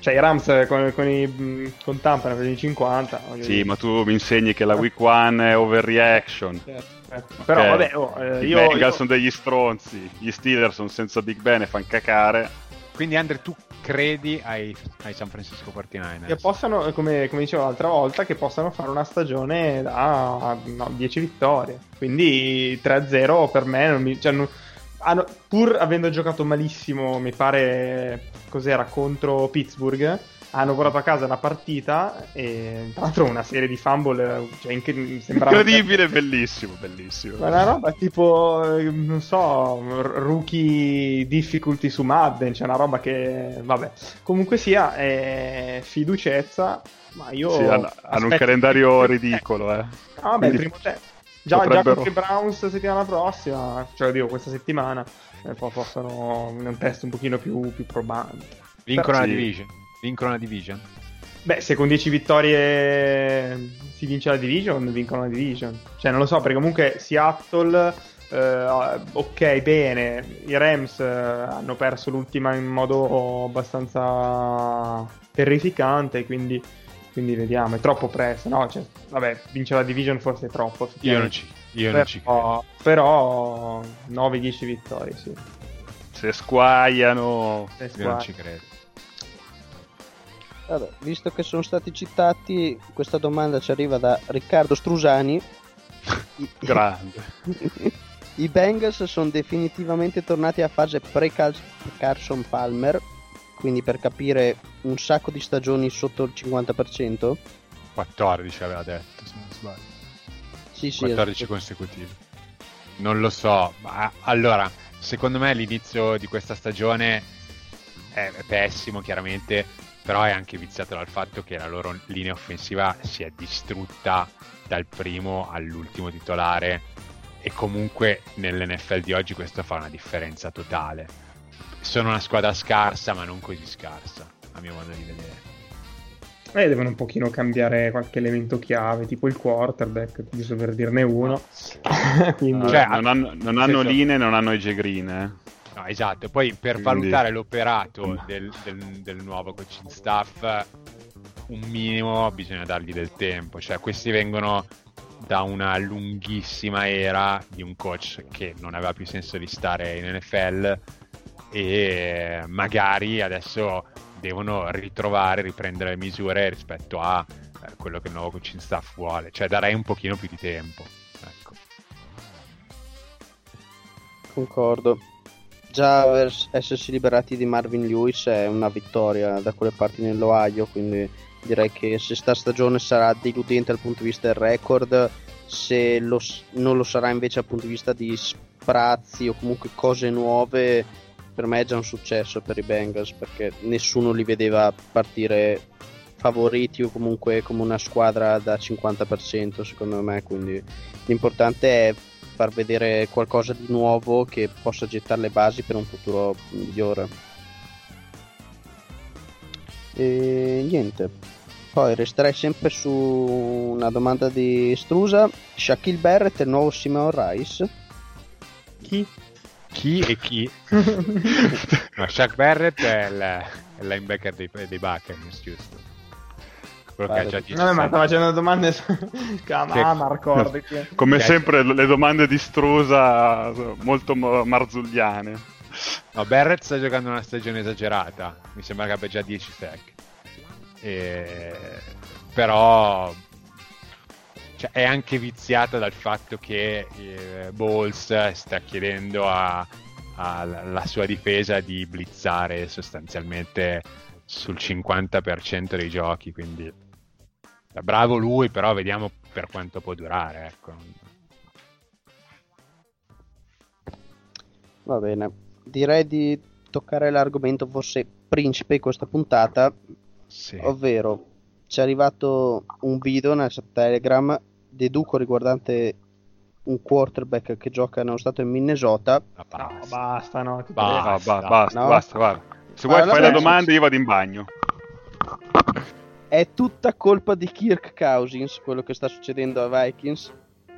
cioè i Rams con, con, i, con Tampa ne prendi cinquanta. Sì, dire. ma tu mi insegni che la week one è overreaction. Certo, certo. Però Okay. vabbè, oh, eh, I io, Bengals io... sono degli stronzi, gli Steelers sono senza Big Ben e fan cacare. Quindi Andre, tu credi ai, ai San Francisco quarantanove ers? che possano, come, come dicevo l'altra volta, che possano fare una stagione da no, dieci vittorie. Quindi tre a zero per me non mi, cioè, non, hanno, pur avendo giocato malissimo, mi pare cos'era contro Pittsburgh, hanno portato a casa una partita e tra l'altro una serie di fumble, cioè, inc- sembrava Incredibile, bellissimo, bellissimo. ma una roba tipo, eh, non so, rookie difficulty su Madden, c'è una roba che, vabbè, comunque sia, è fiducezza, ma io... Sì, hanno, hanno un aspetto- calendario ridicolo, eh. Ah, vabbè, il Quindi primo te. Già, potrebbero- già contro i Browns settimana prossima, cioè dico questa settimana, eh, poi possono un test un pochino più, più probabile. Vincono la Sì. division? Vincono la division? Beh, se con dieci vittorie si vince la division, vincono la division. Cioè, non lo so, perché comunque Seattle, eh, ok, bene, i Rams eh, hanno perso l'ultima in modo abbastanza terrificante, quindi, quindi vediamo, è troppo presto, no? Cioè, vabbè, vince la division forse è troppo. Io non ci, io non ci credo. Però, però nove dieci vittorie, sì. se squagliano... Le Io non squadre. ci credo. Vabbè, visto che sono stati citati, questa domanda ci arriva da Riccardo Strusani. I- Grande. I Bengals sono definitivamente tornati a fase pre-Carson Palmer, quindi per capire un sacco di stagioni sotto il cinquanta per cento. quattordici aveva detto, se non sbaglio. Sì, sì, quattordici esatto. consecutivi. Non lo so, ma allora, secondo me l'inizio di questa stagione è è pessimo, chiaramente, però è anche viziato dal fatto che la loro linea offensiva si è distrutta dal primo all'ultimo titolare e comunque nell'N F L di oggi questo fa una differenza totale. Sono una squadra scarsa, ma non così scarsa, a mio modo di vedere. Eh, devono un pochino cambiare qualche elemento chiave, tipo il quarterback, giusto per dirne uno. Quindi... Cioè, non hanno, non hanno senso- linee, non hanno i Green, eh. No, esatto, poi per Quindi- valutare l'operato del, del, del nuovo coaching staff un minimo bisogna dargli del tempo, cioè questi vengono da una lunghissima era di un coach che non aveva più senso di stare in N F L e magari adesso devono ritrovare, riprendere le misure rispetto a eh, quello che il nuovo coaching staff vuole, cioè darei un pochino più di tempo, ecco. Concordo. Già aver- essersi liberati di Marvin Lewis è una vittoria da quelle parti nell'Ohio, quindi direi che se sta stagione sarà deludente dal punto di vista del record, se lo s- non lo sarà invece dal punto di vista di sprazzi o comunque cose nuove, per me è già un successo per i Bengals, perché nessuno li vedeva partire favoriti o comunque come una squadra da cinquanta per cento secondo me, quindi l'importante è far vedere qualcosa di nuovo che possa gettare le basi per un futuro migliore. E niente, poi resterei sempre su una domanda di Strusa. Shaquille Barrett è il nuovo Simeon Rice? Chi? Chi e chi? No, Shaq Barrett è il, è il linebacker dei, dei Buccaneers, giusto? Quello che ha già Pare- dieci No, ma sta anni. facendo domande su... Ah, ma ricordi che... Come Ok. sempre le domande di Strusa molto mo- marzulliane. No, Barrett sta giocando una stagione esagerata, mi sembra che abbia già dieci sack. E... Però cioè, è anche viziata dal fatto che eh, Bowles sta chiedendo a- alla sua difesa di blitzare sostanzialmente sul cinquanta per cento dei giochi, quindi bravo lui, però vediamo per quanto può durare, ecco. Va bene, direi di toccare l'argomento forse principe di questa puntata, Sì. ovvero ci è arrivato un video nel Telegram, deduco riguardante un quarterback che gioca nello stato di Minnesota. Ma No, basta. basta, no. ti Basta. prego. Ah, ba- basta, No. basta, guarda. Se Ma vuoi allora fai la adesso- domanda io vado in bagno. È tutta colpa di Kirk Cousins quello che sta succedendo ai Vikings?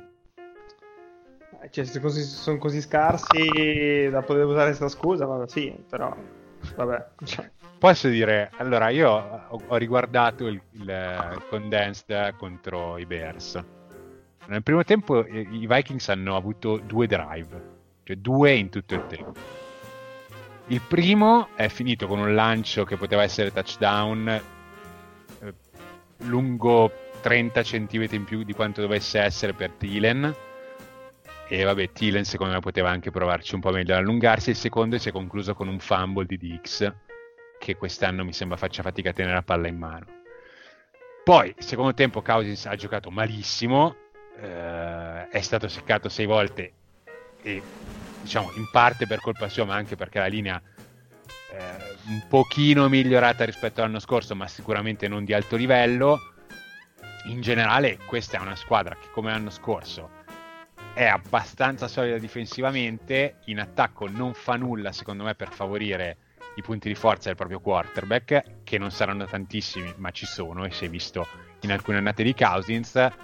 Cioè, se così, sono così scarsi da poter usare questa scusa, vabbè, sì, però... Vabbè, cioè... Posso dire, allora io ho, ho riguardato il, il, il condensed contro i Bears. Nel primo tempo i, i Vikings hanno avuto due drive, cioè due in tutto il tempo. Il primo è finito con un lancio che poteva essere touchdown eh, lungo trenta centimetri in più di quanto dovesse essere per Thielen, e vabbè, Thielen secondo me poteva anche provarci un po' meglio ad allungarsi. Il secondo si è concluso con un fumble di Dix, che quest'anno mi sembra faccia fatica a tenere la palla in mano. Poi il secondo tempo Cousins ha giocato malissimo, eh, è stato seccato sei volte, e diciamo in parte per colpa sua, ma anche perché la linea eh, un pochino migliorata rispetto all'anno scorso, ma sicuramente non di alto livello. In generale questa è una squadra che, come l'anno scorso, è abbastanza solida difensivamente, in attacco non fa nulla secondo me per favorire i punti di forza del proprio quarterback, che non saranno tantissimi ma ci sono, e si è visto in alcune annate di Cousins. Eh,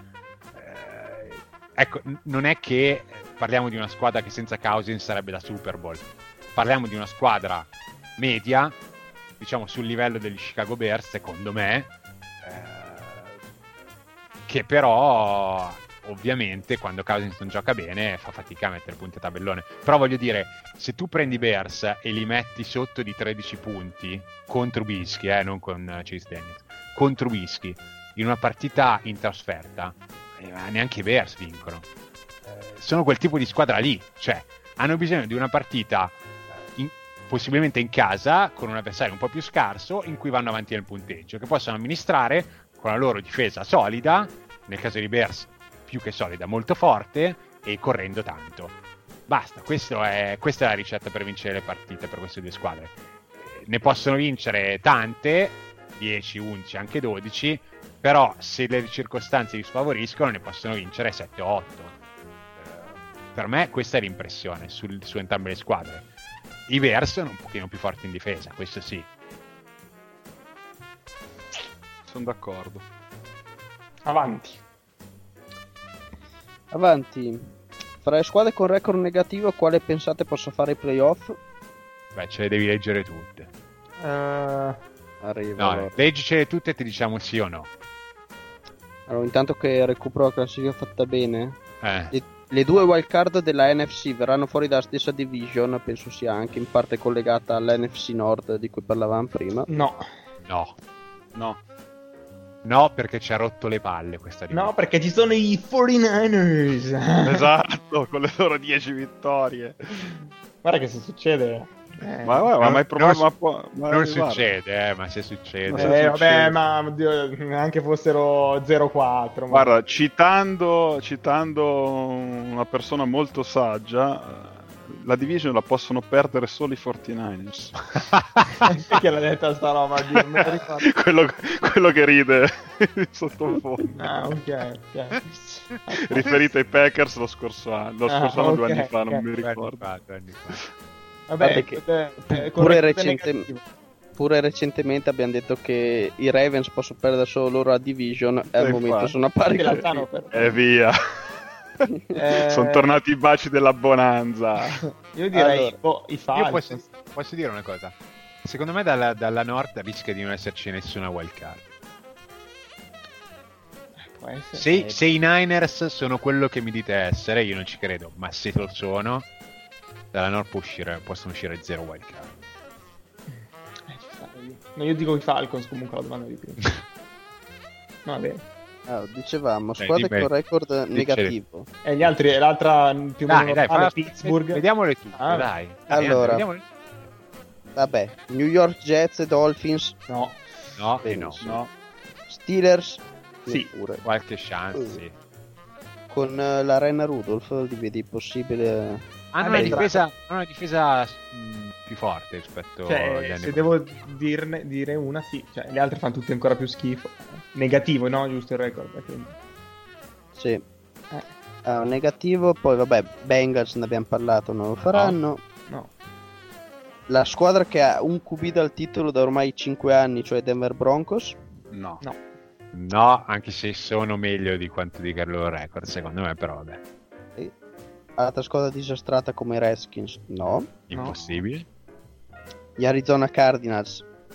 ecco, non è che parliamo di una squadra che senza Cousins sarebbe da Super Bowl, parliamo di una squadra media, diciamo sul livello degli Chicago Bears secondo me, eh, che però ovviamente quando Cousins non gioca bene fa fatica a mettere punti a tabellone. Però voglio dire, se tu prendi Bears e li metti sotto di tredici punti con Trubisky, eh, non con Chase Daniels, con Trubisky in una partita in trasferta, eh, neanche i Bears vincono. Eh, sono quel tipo di squadra lì, cioè hanno bisogno di una partita in, possibilmente in casa con un avversario un po' più scarso, in cui vanno avanti nel punteggio, che possono amministrare con la loro difesa solida, nel caso di Bears più che solida, molto forte, e correndo tanto. Basta, questo è, questa è la ricetta per vincere le partite per queste due squadre. Ne possono vincere tante, dieci, undici, anche dodici, però se le circostanze li sfavoriscono ne possono vincere sette o otto. Eh, per me questa è l'impressione sul, su entrambe le squadre. I Bears sono un pochino più forti in difesa, questo sì. Sono d'accordo. Avanti. Avanti. Fra le squadre con record negativo, quale pensate possa fare i playoff? Beh, ce le devi leggere tutte. Uh, Arrivo. No, allora. leggicele tutte e ti diciamo sì o no. Allora, intanto che recupero la classifica fatta bene, Eh. le, le due wildcard della N F C verranno fuori dalla stessa division, penso sia anche in parte collegata all'N F C Nord di cui parlavamo prima. no. No. No. No, perché ci ha rotto le palle questa divisione. No, perché ci sono i quarantanovers. Esatto, con le loro dieci vittorie. Guarda che se succede... Eh, Ma, ma, ma non- mai problema non- può, ma Non arrivare. succede, eh, ma se succede... Ma eh, se vabbè, succede. ma oddio, anche fossero zero quattro. ma- Guarda, citando, citando una persona molto saggia, la division la possono perdere solo i quarantanovers. Chi l'ha detta sta roba? Dio, non me la ricordo. quello, quello che ride in sottofondo. Ah, ok, ok. Riferito ai Packers lo scorso anno, lo Ah, scorso anno, due ok, anni fa, non ok. mi Due anni ricordo. fa, due anni fa. Vabbè, Guarda che eh, eh, pure, corretto recente- negativo. pure recentemente abbiamo detto che i Ravens possono perdere solo loro la division e al Eh, momento infatti. sono a pari Che con la stanno per- E via. Eh, Sono tornati i baci della bonanza. Io direi Allora, boh, i Io Falcons. posso, posso dire una cosa. Secondo me dalla, dalla Nord rischia di non esserci nessuna wild card. Può essere. Se, Eh, se i Niners sono quello che mi dite essere, io non ci credo, ma se lo sono, dalla Nord può uscire, possono uscire zero wild card. eh, ci sta, io. No, io dico i Falcons comunque la domanda di prima. No, va bene. Ah, dicevamo, Dai, squadre dimmi. con record negativo. E gli altri, l'altra più o meno Dai, dai, normale, falla- Pittsburgh. Vediamole tutte, Ah. dai. Dai, Allora. vediamole- Vabbè, New York Jets e Dolphins, No, No, e no. Benissimo. No. Steelers, Sì. pure. Qualche chance, sì. Con eh, l'arena Rudolph li vedi possibile. Hanno Vabbè, una esatto. difesa, hanno una difesa mh, più forte rispetto agli cioè, anni se prima. devo dirne, dire una, sì. Cioè, le altre fanno tutte ancora più schifo. Negativo, no? Giusto il record. Quindi. Sì. Eh, Ah, negativo, poi vabbè, Bengals ne abbiamo parlato, non lo faranno. no. La squadra che ha un Q B dal titolo da ormai cinque anni, cioè Denver Broncos. No. No. No, anche se sono meglio di quanto dica il loro record, secondo me, però vabbè, E altra squadra disastrata come i Redskins, no. impossibile. Gli Arizona Cardinals,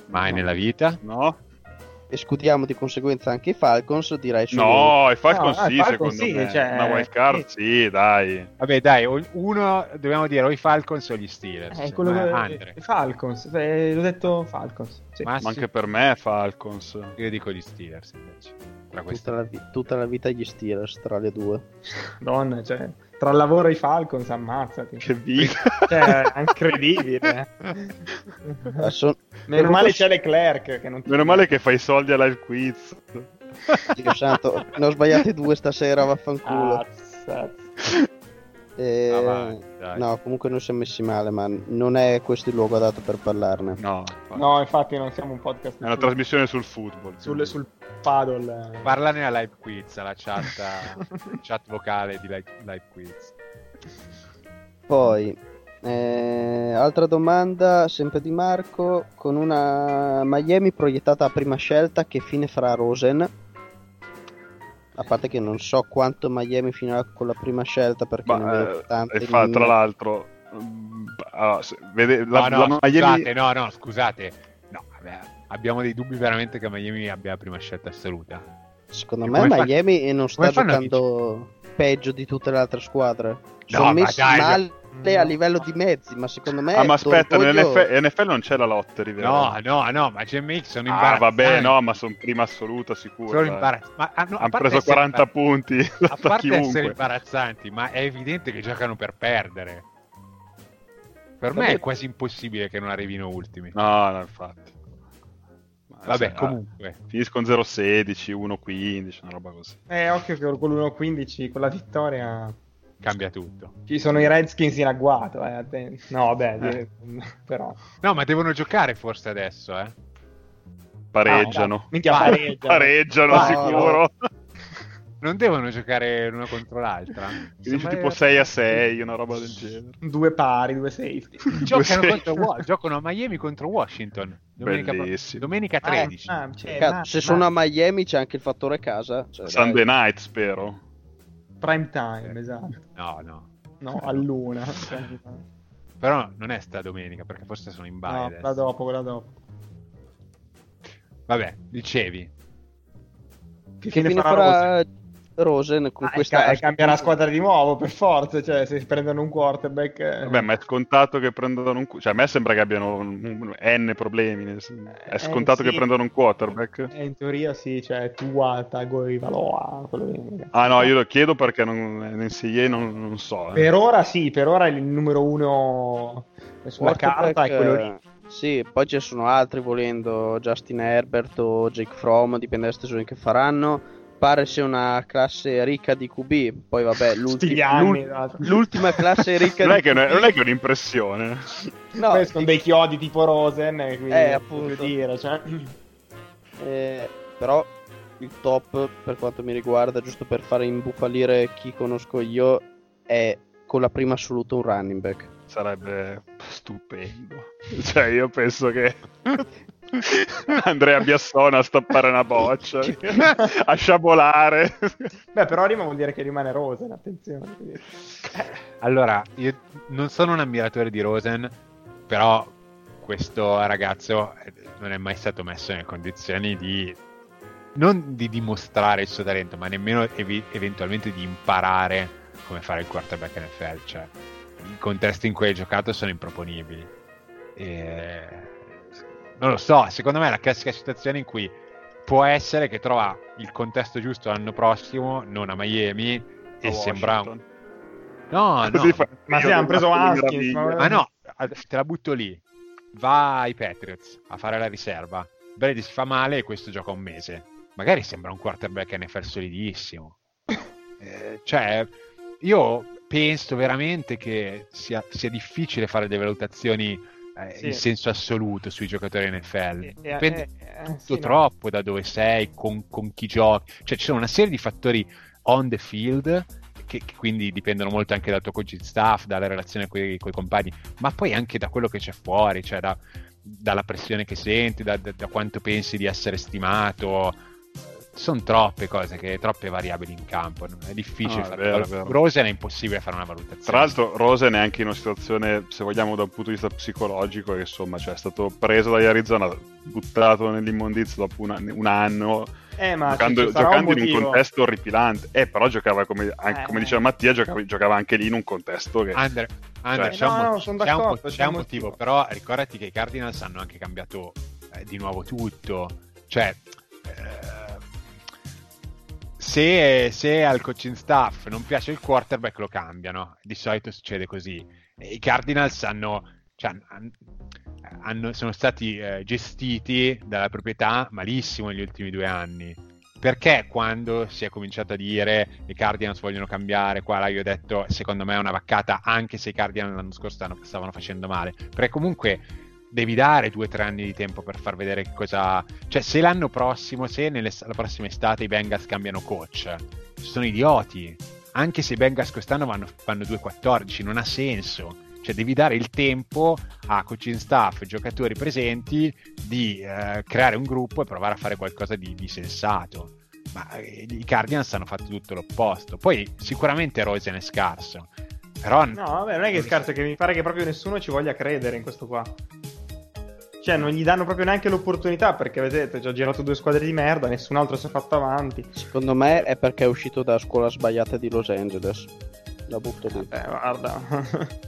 Mai No. nella vita? No? Escludiamo di conseguenza anche i Falcons, direi solo No, i Falcons No, sì, i Falcons secondo sì, me. cioè, Una wild card sì. sì, dai. Vabbè, dai, o- uno dobbiamo dire o i Falcons o gli Steelers. Eh, quello Ma che- Andre, i Falcons, eh, l'ho detto Falcons. Sì. ma Ma sì, anche per me Falcons. io dico gli Steelers invece. Tra questi. tutta la, vi- tutta la vita gli Steelers tra le due. Donna, cioè, tra il lavoro e i Falcons, ammazzati. Che vita. Cioè, è incredibile. Ah, son- Meno male c'è Leclerc che non ti... Meno male che fai soldi a live quiz. Dio santo, ne ho sbagliate due stasera, vaffanculo. Cazzo. Eh, Avanti, dai. no, comunque non siamo messi male, ma non è questo il luogo adatto per parlarne. No, No, infatti non siamo un podcast. è una trasmissione sul football. sul, sul paddle. Parlane a live quiz, alla chat, chat vocale di live, live quiz. Poi, eh, altra domanda, sempre di Marco, con una Miami proiettata a prima scelta, che fine farà Rosen? A parte che non so quanto Miami finirà con la prima scelta, perché Ma, ne vedo eh, tante e fa, in- tra l'altro, mm, allora, se- vede, la, no, no, la Miami- scusate, no, no, scusate. No, vabbè, abbiamo dei dubbi veramente che Miami abbia la prima scelta assoluta. Secondo E me come fa- Miami non sta come fanno a giocando peggio di tutte le altre squadre. Sono ma messi dai, male no. a livello di mezzi, ma secondo me Ah, ma aspetta, d'orgoglio- nell'N F L, N F L non c'è la lottery, vero? No, no, no, ma G M X sono Ah, imbarazzanti. vabbè, no, ma sono prima assoluta sicuro. Sono dai. imbarazzanti. Ma hanno, a Hanno parte preso essere quaranta imbar- punti A da parte essere chiunque. imbarazzanti, ma è evidente che giocano per perdere. Per me Vabbè. è quasi impossibile che non arrivino ultimi. No, no, infatti. Ma, Vabbè, cioè, comunque. Finiscono zero sedici, uno quindici, una roba così. Eh, occhio che con l'uno quindici, con la vittoria... Cambia tutto. Ci sono i Redskins in agguato, eh. atten- No, vabbè, Eh. di- però... No, ma devono giocare forse adesso, eh. Pareggiano. Ah, minchia, Vai. pareggiano. Pareggiano, Vai. sicuro. Non devono giocare l'una contro l'altra. Dici Sembra- tipo sei a sei, una roba del genere. Due pari, due safety. Giocano, Due contro sei. Wa- giocano a Miami contro Washington. Domenica, Bellissimo. domenica tredici. Ah, cioè, Cazzo, ma- se ma- sono a Miami c'è anche il fattore casa. Cioè, Sunday dai. night, spero. Prime time, esatto. No, no. No, all'una. Però non è sta domenica, perché forse sono in No, Biden. quella dopo, quella dopo. Vabbè, dicevi. Che Che fine fine farà Rosen? farà Rosen con Ah, e questa ca- e cambierà squadra di nuovo per forza, cioè se prendono un quarterback eh, Vabbè, ma è scontato che prendano un... Cioè, a me sembra che abbiano un- N problemi. nel sen- È Eh, scontato sì. che prendano un quarterback? eh, in teoria sì, cioè Tua, Tagovailoa, quello lì. Ah no, io lo chiedo perché non, in N C A A non, non so. eh. Per ora sì, per ora il numero uno sulla quarterback, carta è quello lì. eh, Sì, poi ci sono altri volendo, Justin Herbert o Jake Fromm, dipende dalle stagioni che faranno. Pare sia una classe ricca di Q B, poi vabbè, l'ulti- Sti gli anni, l'ul- esatto. l'ultima classe ricca Non di è, che, Q B. non è che è un'impressione. No, Poi sono dei chiodi tipo Rosen, e quindi Eh, appunto. voglio dire, cioè... eh, però il top per quanto mi riguarda, giusto per fare imbufalire chi conosco io, è con la prima assoluta un running back. Sarebbe stupendo. Cioè, io penso che Andrea Biassona a stappare una boccia, a sciabolare. Beh, però rima vuol dire che rimane Rosen, attenzione. quindi- Allora, io non sono un ammiratore di Rosen, però questo ragazzo eh, non è mai stato messo nelle condizioni di non di dimostrare il suo talento, ma nemmeno evi- eventualmente di imparare come fare il quarterback N F L. Cioè, i contesti in cui hai giocato sono improponibili. E... Non lo so, secondo me è la classica situazione in cui può essere che trova il contesto giusto l'anno prossimo, non a Miami, e A sembra... Washington. No, no, Così fa- Ma sì, hanno preso Io- Haskins, ma- ma no, te la butto lì. Va ai Patriots a fare la riserva. Brady si fa male e questo gioca un mese. Magari sembra un quarterback N F L solidissimo. Eh, cioè, io penso veramente che sia, sia difficile fare delle valutazioni eh, Sì. in senso assoluto sui giocatori N F L. E- e- Dipende eh, eh, tutto sì, no. troppo da dove sei, con, con chi giochi. Cioè, ci sono una serie di fattori on the field che, che quindi dipendono molto anche dal tuo coaching staff, dalla relazione con i compagni, ma poi anche da quello che c'è fuori, cioè da, dalla pressione che senti, da, da, da quanto pensi di essere stimato. sono troppe cose, che troppe variabili in campo, è difficile no, fare. è vero, è vero. Rosen è impossibile fare una valutazione. Tra l'altro Rosen è anche in una situazione, se vogliamo da un punto di vista psicologico, che insomma, cioè, è stato preso dagli Arizona, buttato nell'immondizia dopo una, un anno, eh, ma giocando, giocando un in un contesto orripilante. Eh, però giocava, come, anche, eh. come diceva Mattia, giocava, giocava anche lì in un contesto che... Andre, Andre, Cioè, c'è, un, no, mo- no, son c'è un, d'accordo, po- c'è c'è un un motivo, motivo. però ricordati che i Cardinals hanno anche cambiato eh, di nuovo tutto, cioè eh, se, se al coaching staff non piace il quarterback lo cambiano, di solito succede così. E i Cardinals hanno, cioè, hanno sono stati eh, gestiti dalla proprietà malissimo negli ultimi due anni. Perché quando si è cominciato a dire i Cardinals vogliono cambiare, qua là io ho detto secondo me è una vaccata, anche se i Cardinals l'anno scorso stavano, stavano facendo male, perché comunque devi dare due o tre anni di tempo per far vedere che cosa, cioè se l'anno prossimo, se nelle, la prossima estate i Bengals cambiano coach, sono idioti, anche se i Bengals quest'anno vanno, vanno due quattordici, non ha senso. Cioè devi dare il tempo a coaching staff, giocatori presenti di eh, creare un gruppo e provare a fare qualcosa di, di sensato. Ma eh, i Cardinals hanno fatto tutto l'opposto. Poi sicuramente Rosen è scarso, però No, vabbè, non è che è scarso, è che mi pare che proprio nessuno ci voglia credere in questo qua. Cioè non gli danno proprio neanche l'opportunità, perché vedete, ci ha girato due squadre di merda, nessun altro si è fatto avanti. Secondo me è perché è uscito dalla scuola sbagliata di Los Angeles. La butto lì. Vabbè, guarda.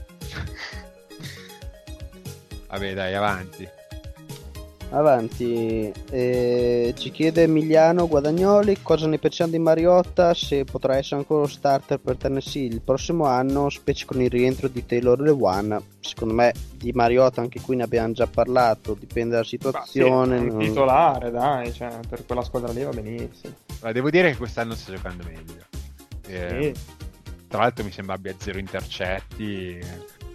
vabbè dai, avanti. Avanti, eh, ci chiede Emiliano Guadagnoli cosa ne pensiamo di Mariotta, se potrà essere ancora lo starter per Tennessee il prossimo anno, specie con il rientro di Taylor Lewan. Secondo me di Mariotta anche qui ne abbiamo già parlato, dipende dalla situazione. Sì, è un non... titolare, dai, cioè, per quella squadra lì va benissimo. Ma devo dire che quest'anno sta giocando meglio. Eh, Sì. Tra l'altro mi sembra abbia zero intercetti. Eh,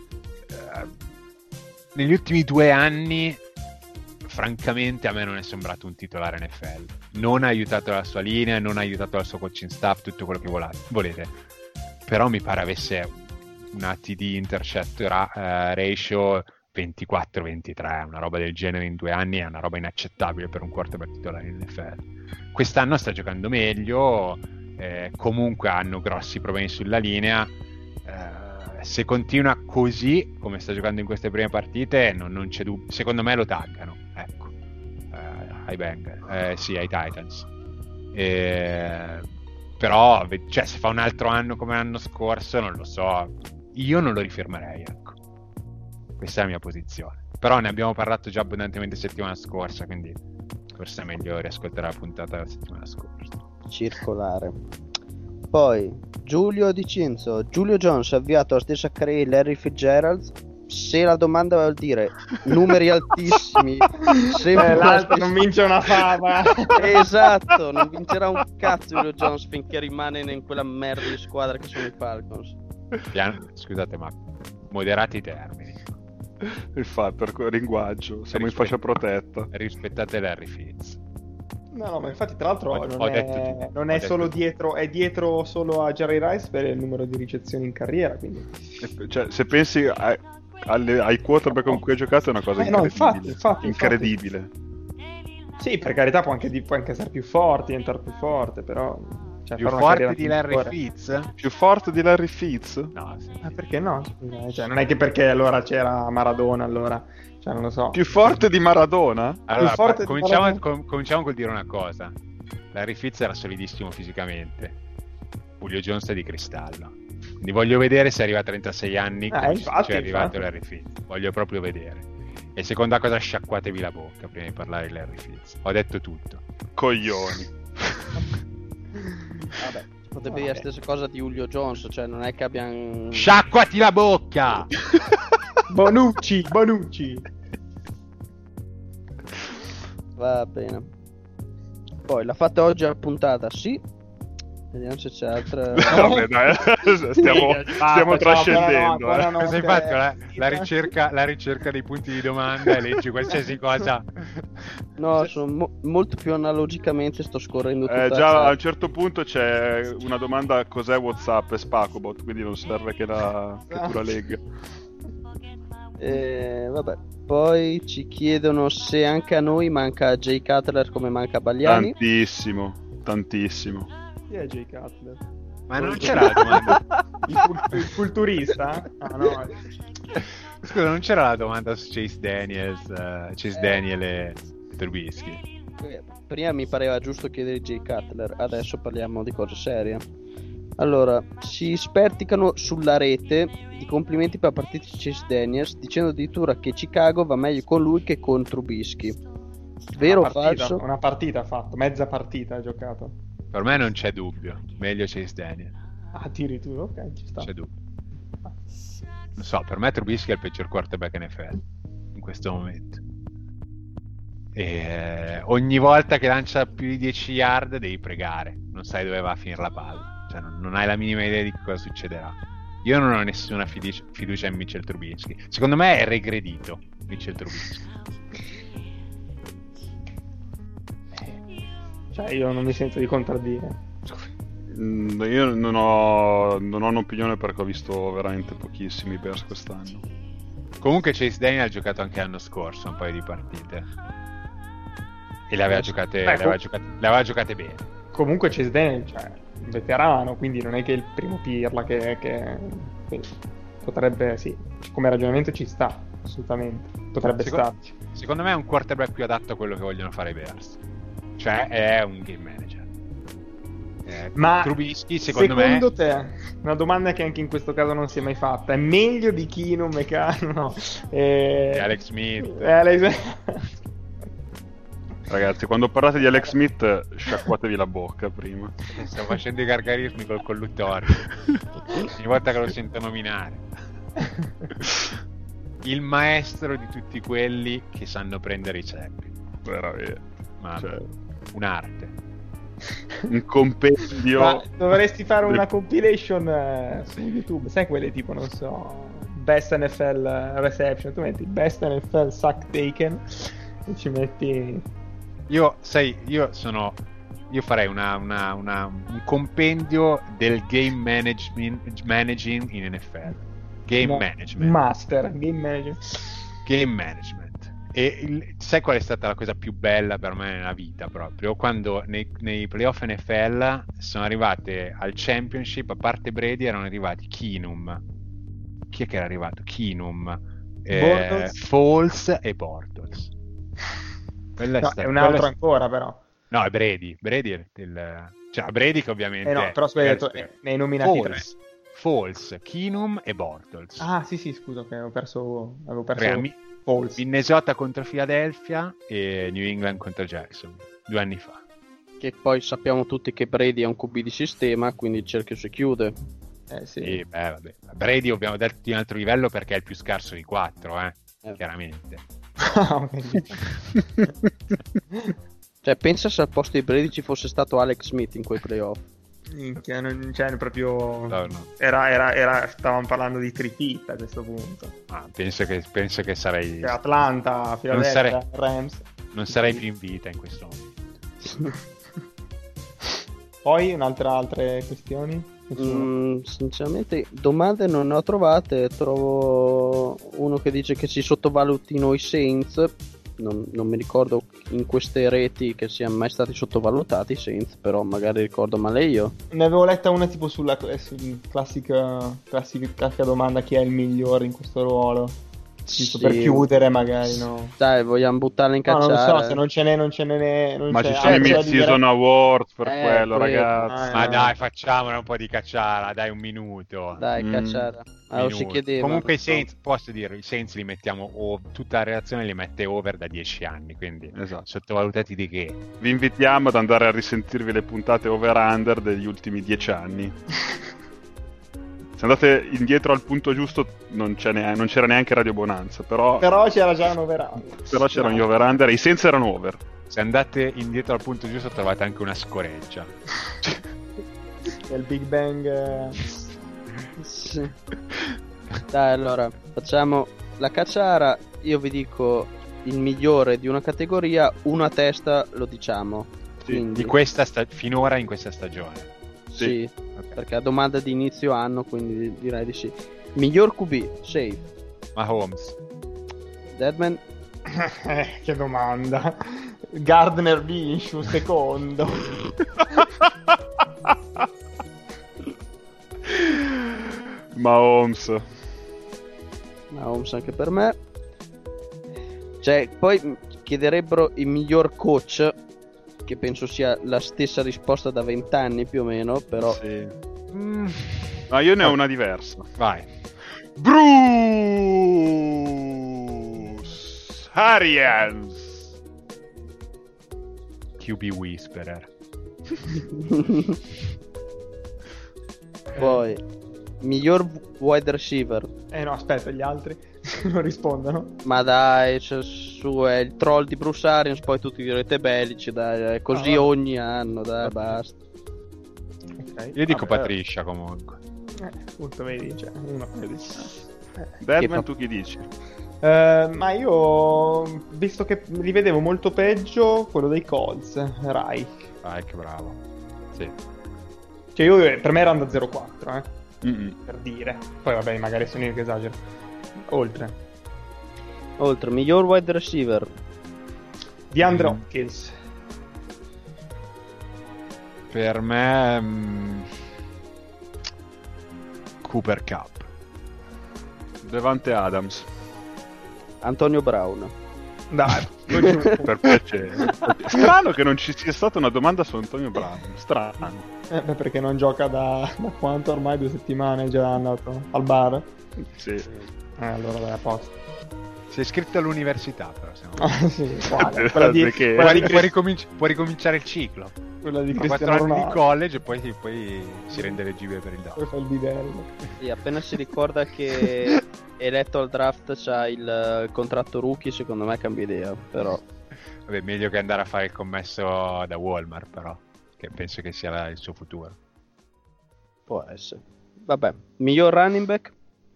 negli ultimi due anni francamente a me non è sembrato un titolare N F L, non ha aiutato la sua linea, non ha aiutato il suo coaching staff, tutto quello che volate, volete, però mi pare avesse una T D intercetto ra- uh, ratio ventiquattro ventitré, una roba del genere in due anni è una roba inaccettabile per un quarterback titolare in N F L. Quest'anno sta giocando meglio, eh, comunque hanno grossi problemi sulla linea, eh, se continua così come sta giocando in queste prime partite non, non c'è dubbio, secondo me lo taggano, ecco, eh, ai Bengals, eh, sì, ai Titans, eh, però cioè, se fa un altro anno come l'anno scorso non lo so, io non lo rifirmerei, ecco, questa è la mia posizione, però ne abbiamo parlato già abbondantemente settimana scorsa, quindi forse è meglio riascoltare la puntata della settimana scorsa. Circolare. Poi Giulio Di Cinzo, Julio Jones ha avviato la stessa carriera di Larry Fitzgerald. Se la domanda vuol dire numeri altissimi, sempre eh, l'altro stessa... non vince una fava. Esatto, non vincerà un cazzo Julio Jones finché rimane in quella merda di squadra che sono i Falcons. Piano, scusate, ma moderati i termini. Infatti, per linguaggio, siamo in Rispet- fascia protetta. Rispettate Larry Fitz. No, no, ma infatti tra l'altro Ho- non ho è, detto tu, non ho è detto solo tu. dietro, è dietro solo a Jerry Rice per il numero di ricezioni in carriera, quindi... Cioè, se pensi a, alle, ai quarterback con cui ha giocato è una cosa Eh, no, incredibile. infatti, infatti, incredibile. Sì, per carità può anche, di- può anche essere più forte, diventare più forte, però... Cioè, Più fare una forte carriera di Larry migliore. Fitz? Più forte di Larry Fitz? No, sì. Ma perché no? Scusa, cioè, non è che perché allora c'era Maradona, allora... Cioè, non lo so. Più forte di Maradona? Allora, Più forte pa- di cominciamo, Maradona. com- cominciamo col dire una cosa. Larry Fitz era solidissimo fisicamente. Julio Jones è di cristallo. Quindi voglio vedere se arriva a trentasei anni Ah, come infatti, è arrivato infatti. Larry Fitz. Voglio proprio vedere. E seconda cosa, sciacquatevi la bocca prima di parlare di Larry Fitz. Ho detto tutto. Coglioni. Vabbè, potrebbe dire la stessa cosa di Julio Jones, cioè non è che abbiamo... Sciacquati la bocca! Bonucci, Bonucci. Va bene. Poi l'ha fatta oggi la puntata, sì. Vediamo se c'è altra... Vabbè, dai, stiamo, stiamo Ciao, trascendendo. buonanotte, eh. buonanotte. Cosa hai fatto? La, la ricerca, la ricerca dei punti di domanda e leggi qualsiasi cosa. No, sono mo- molto più analogicamente sto scorrendo tutta Eh, la già a un chat. certo punto c'è una domanda: cos'è WhatsApp e Spacobot, quindi non serve che, la, che tu la legga. Eh, vabbè. Poi ci chiedono se anche a noi manca Jay Cutler come manca a Bagliani. Tantissimo. tantissimo. Chi è Jay Cutler? Ma non c'era la domanda. Il, cult- il culturista? Ah no. Scusa, non c'era la domanda su Chase Daniels, uh, Chase Eh. Daniel e Trubisky. Prima mi pareva giusto chiedere Jay Cutler, adesso parliamo di cose serie. Allora, si sperticano sulla rete di complimenti per la partita di Chase Daniels, dicendo addirittura che Chicago va meglio con lui che con Trubisky. Vero o Una partita, falso? Una partita ha fatto, mezza partita ha giocato. Per me non c'è dubbio, meglio Chase Daniel. Ah, addirittura, ok, ci sta. C'è dubbio. Non so, per me Trubisky è il peggior quarterback N F L in questo momento. E eh, ogni volta che lancia più di dieci yard devi pregare, non sai dove va a finire la palla, cioè non, non hai la minima idea di cosa succederà. Io non ho nessuna fiducia, fiducia in Mitchell Trubisky. Secondo me è regredito Mitchell Trubisky. Cioè, io non mi sento di contraddire. Mm, io non ho, non ho un'opinione perché ho visto veramente pochissimi Bears quest'anno. Comunque Chase Daniel ha giocato anche l'anno scorso un paio di partite e le aveva giocate, Beh, le aveva com- giocate, le aveva giocate bene. Comunque Chase Daniel, cioè, un veterano, quindi non è che è il primo pirla che, che... quindi potrebbe, sì, come ragionamento ci sta, assolutamente, potrebbe Secondo, starci. secondo me è un quarterback più adatto a quello che vogliono fare i Bears, cioè è un game manager. Eh, Ma Trubisky, secondo, secondo me, te, una domanda che anche in questo caso non si è mai fatta, è meglio di Keenum e Cano? No. Eh... e Alex Smith. eh, Alex... Ragazzi, quando parlate di Alex Smith, sciacquatevi la bocca prima. Sto facendo i gargarismi col colluttorio ogni volta che lo sento nominare. Il maestro di tutti quelli che sanno prendere i ceppi. Veramente. Ma Cioè, un'arte. un compendio. Ma dovresti fare una del- compilation eh, su YouTube, sai quelle tipo, non so, Best N F L Reception, tu metti Best N F L Sack Taken e ci metti... Io, sai, io sono. Io farei una, una, una, un compendio del game management, managing in N F L. Game No, management. Master, Game Manager. Game management. E il- sai qual è stata la cosa più bella per me nella vita proprio? Quando nei, nei playoff N F L sono arrivate al championship, a parte Brady, erano arrivati Keenum. Chi è che era arrivato? Keenum, eh, Bortles? Foles e Bortles. Quella No, stata- è un altro quella- ancora però. No, è Brady. Brady è il... Cioè, Brady che ovviamente... Eh no, però aspetta, hai detto, è- eh, ne hai nominati Foles, Foles, Keenum e Bortles. tre. Ah, sì, sì, scusa, che avevo perso... Avevo perso... Tre, Mi- Foles. Minnesota contro Philadelphia e New England contro Jackson due anni fa. Che poi sappiamo tutti che Brady è un Q B di sistema, quindi il cerchio si chiude. Eh sì. E, beh, vabbè. Brady abbiamo detto di un altro livello perché è il più scarso di quattro, eh, Eh. chiaramente. Ah, ok. Cioè, pensa se al posto di Brady ci fosse stato Alex Smith in quei playoff. Minchia, non, cioè, proprio... No, no. Era, era, era... Stavamo parlando di tripit a questo punto. Ah, penso, che, penso che sarei Cioè, Atlanta, Philadelphia, sarei- Rams. non sarei più in vita in questo momento. Poi un'altra altre questioni? Mm, sinceramente, domande non ne ho trovate. Trovo uno che dice che si sottovalutino i Saints. Non, non mi ricordo in queste reti che siano mai stati sottovalutati i Saints, però magari ricordo male io. Ne avevo letta una tipo sulla eh, su- classica, classica, classica domanda: chi è il migliore in questo ruolo? Giusto Sì. per chiudere, magari, no? Dai, vogliamo buttarla in No, non cacciare. lo so, se non ce n'è, non ce n'è. Non Ma c'è ci sono i altro da mid-season dire. awards per Eh, quello, quello. ragazzi. Ah, Ma eh. dai, facciamola un po' di cacciara, dai un minuto. Dai, Mm. cacciara. Allora, si Minuto. chiedeva. Comunque i Saints, posso dire, i Saints li mettiamo o- tutta la relazione li mette over da dieci anni, quindi Esatto. sottovalutati di che? Vi invitiamo ad andare a risentirvi le puntate over-under degli ultimi dieci anni. Se andate indietro al punto giusto non, c'è ne- non c'era neanche Radio Bonanza, però, Però c'era già un over. però c'erano gli over-under e i Saints erano over. Se andate indietro al punto giusto trovate anche una scoreggia. È il Big Bang. eh. Sì. Dai, allora facciamo la cacciara. Io vi dico il migliore di una categoria, uno a testa lo diciamo. Sì, Quindi, Di questa sta- finora in questa stagione. sì, Ok. perché a domanda di inizio anno, quindi direi di sì. Miglior Q B, safe. Mahomes. Deadman, Eh, che domanda. Gardner Minshew secondo. Mahomes. Mahomes anche per me. Cioè, poi chiederebbero il miglior coach, che penso sia la stessa risposta da vent'anni più o meno, però... Sì. Mm. No, io ne ho una diversa. Vai. Bruce Arians. Q B Whisperer. Poi, miglior wide receiver. Eh no, aspetta, gli altri non rispondono. Ma dai, cioè, su è il troll di Bruce Arians, poi tutti direte Belichick, dai, è così Ah, ogni anno, dai, basta. Okay. Io dico Vabbè. Patricia comunque. Eh, appunto, vedi, cioè, uno vedi. Deadman, Che tu chi dici? Eh, ma io, visto che li vedevo molto peggio, quello dei Colts, Reich. Vai, che bravo. Sì. Cioè io, per me erano da zero quattro, eh, Mm-mm. per dire. Poi vabbè, magari sono io che esagero. Oltre. Oltre, miglior wide receiver. DeAndre Mm. Hopkins. Per me mm, Cooper Cup. Devante Adams. Antonio Brown. Dai, Per piacere. Strano che non ci sia stata una domanda su Antonio Brown. Strano. eh, beh, perché non gioca da, da quanto ormai? Due settimane è già andato al bar? Sì. Eh, allora vai a posto. Sei iscritto all'università però se no. Ah, sì, quale? Quella di, Perché- quella di, puoi, Cris- ricominci- puoi ricominciare il ciclo. quella di Fa quattro Cristiano anni di Ronaldo. college e poi, poi si rende eleggibile per il Poi dopo. fa il bidello. Sì, appena si ricorda che eletto al draft c'ha il eh, contratto rookie, secondo me cambia idea, però... Vabbè, meglio che andare a fare il commesso da Walmart però, che penso che sia la- il suo futuro. Può essere. Vabbè, miglior running back?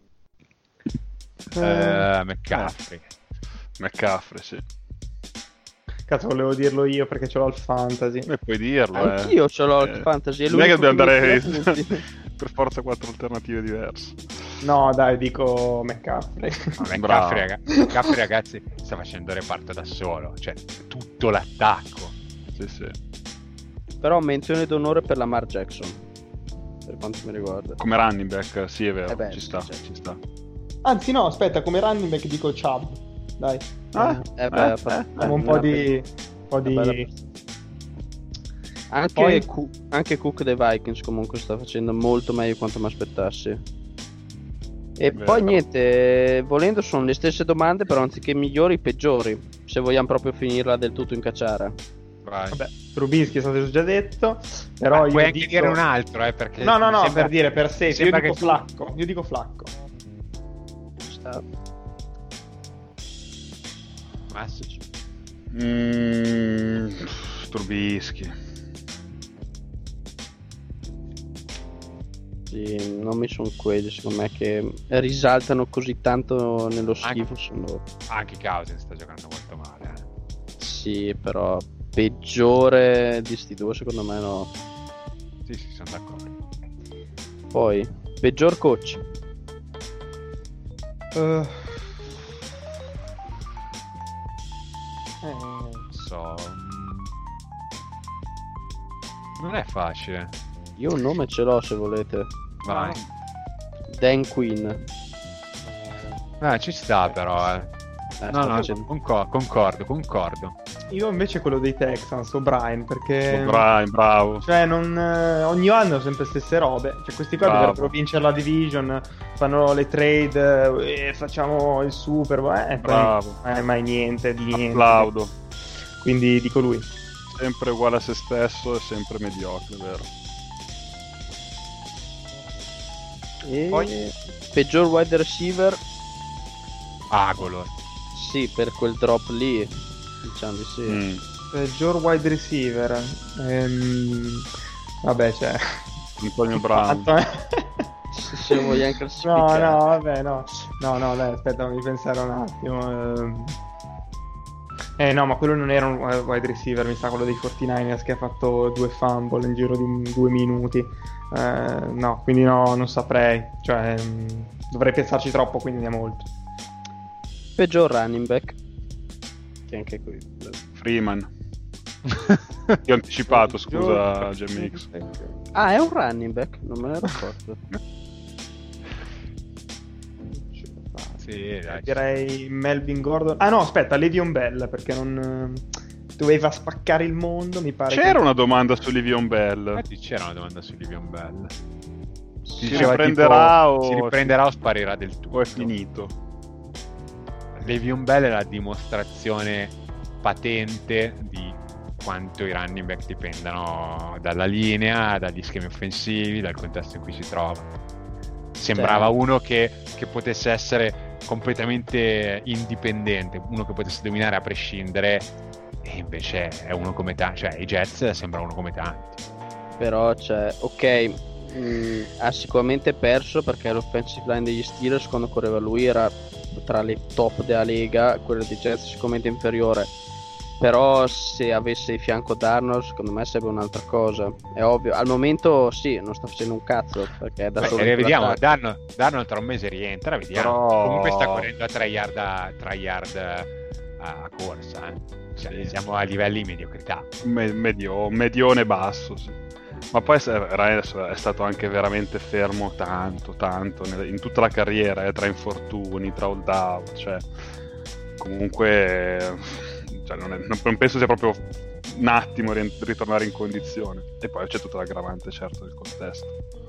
Eh, McCaffrey. McCaffrey, sì. Cazzo, volevo dirlo io perché ce l'ho al fantasy. E puoi dirlo, eh. Anch'io ce l'ho al Eh, fantasy, è non è che l'unico dobbiamo che mi andare tira punti. per forza quattro alternative diverse. No, dai, dico McCaffrey. No, McCaffrey, Bravo. raga- McCaffrey, ragazzi, sta facendo il reparto da solo, cioè tutto l'attacco. Sì, sì. Però menzione d'onore per Lamar Jackson, per quanto mi riguarda. Come running back, sì, è vero. Eh beh, ci sta, sì, sì. ci sta. Anzi, no, aspetta, come running back dico Chubb. Dai, Ah, Eh, beh, eh, fa- eh, abbiamo un eh, po' una di... be- un po' una bella di... prestazione. Anche, Poi- Cook, anche Cook dei Vikings comunque sta facendo molto meglio di quanto mi aspettassi. E Vero. poi niente, volendo sono le stesse domande, però anziché migliori, peggiori. Se vogliamo proprio finirla del tutto in cacciara. Vai. Vabbè, Trubisky è stato già detto, però Ma io puoi anche dico... dire un altro, eh, perché No, no, no, mi sembra- per dire, per sé, mi io sembra dico che tu- Flacco, io dico Flacco. Sta... Massici. Mm, Trubisky. Sì, non mi sono quelli secondo me che risaltano così tanto nello schifo. Sono... Anche Cousins sta giocando molto male. eh. Sì, però peggiore di sti due secondo me no. Sì, sì, sono d'accordo. Poi, peggior coach. Uh, eh, Non so. mm, Non è facile. Io un nome ce l'ho se volete. Vai. Dan Quinn. Ah, ci sta però, eh. Eh, No, sta no, facendo- concor- concordo, concordo. io invece quello dei Texans, O'Brien, perché... O'Brien, bravo. Cioè, non, eh, ogni anno sono sempre le stesse robe. Cioè, questi qua Bravo. dovrebbero vincere la division, fanno le trade, eh, facciamo il Super Bowl, eh, poi Bravo. mai, mai niente di niente. Applaudo. Quindi dico lui. Sempre uguale a se stesso e sempre mediocre, vero? E... Poi? Peggior wide receiver. Agolor. Sì, per quel drop lì. Diciamo di sì. Mm. Peggior wide receiver. Ehm, vabbè, c'è. Antonio Brown. Fatto, eh. Se, se vogliamo No, classificare. no, vabbè, no. No, no, dai, aspetta, fammi pensare un attimo. ehm. Eh no, ma quello non era un wide receiver, mi sa quello dei quarantanovers che ha fatto due fumble in giro di due minuti. Eh, no, quindi no, non saprei. Cioè, mh, dovrei pensarci troppo, quindi andiamo oltre. Peggior running back. Che anche qui. Freeman. Ti ho anticipato, scusa, Gemix. Ah, è un running back, non me ne ero accorto. Sì, dai. Direi Melvin Gordon. Ah no, aspetta, Le'Veon Bell, perché non doveva spaccare il mondo, mi pare. C'era che... una domanda su Le'Veon Bell. Infatti c'era una domanda su Le'Veon Bell. Si Diceva riprenderà tipo, o... si riprenderà o sparirà del tutto? o è finito? Le'Veon Bell è la dimostrazione patente di quanto i running back dipendano dalla linea, dagli schemi offensivi, dal contesto in cui si trova. Sembrava uno che, che potesse essere completamente indipendente, uno che potesse dominare a prescindere, e invece è uno come tanti, cioè i Jets sembra uno come tanti. Però cioè, ok, mh, ha sicuramente perso perché l'offensive line degli Steelers quando correva lui era tra le top della lega, quella dei Jets sicuramente inferiore. Però se avesse di fianco Darnold secondo me sarebbe un'altra cosa, è ovvio. Al momento sì, non sta facendo un cazzo perché è da Beh, solo. eh, vediamo, Darnold, Darnold tra un mese rientra, vediamo. Però... Comunque sta correndo a tre yard a, tre yard a, a corsa, eh. Cioè, Sì. siamo a livelli di mediocrità. Me- medio, medione basso, sì. Ma poi è stato anche veramente fermo tanto, tanto in tutta la carriera, eh, tra infortuni, tra hold out, cioè comunque cioè, non, è, non penso sia proprio un attimo ritornare in condizione. E poi c'è tutta l'aggravante, certo, del contesto.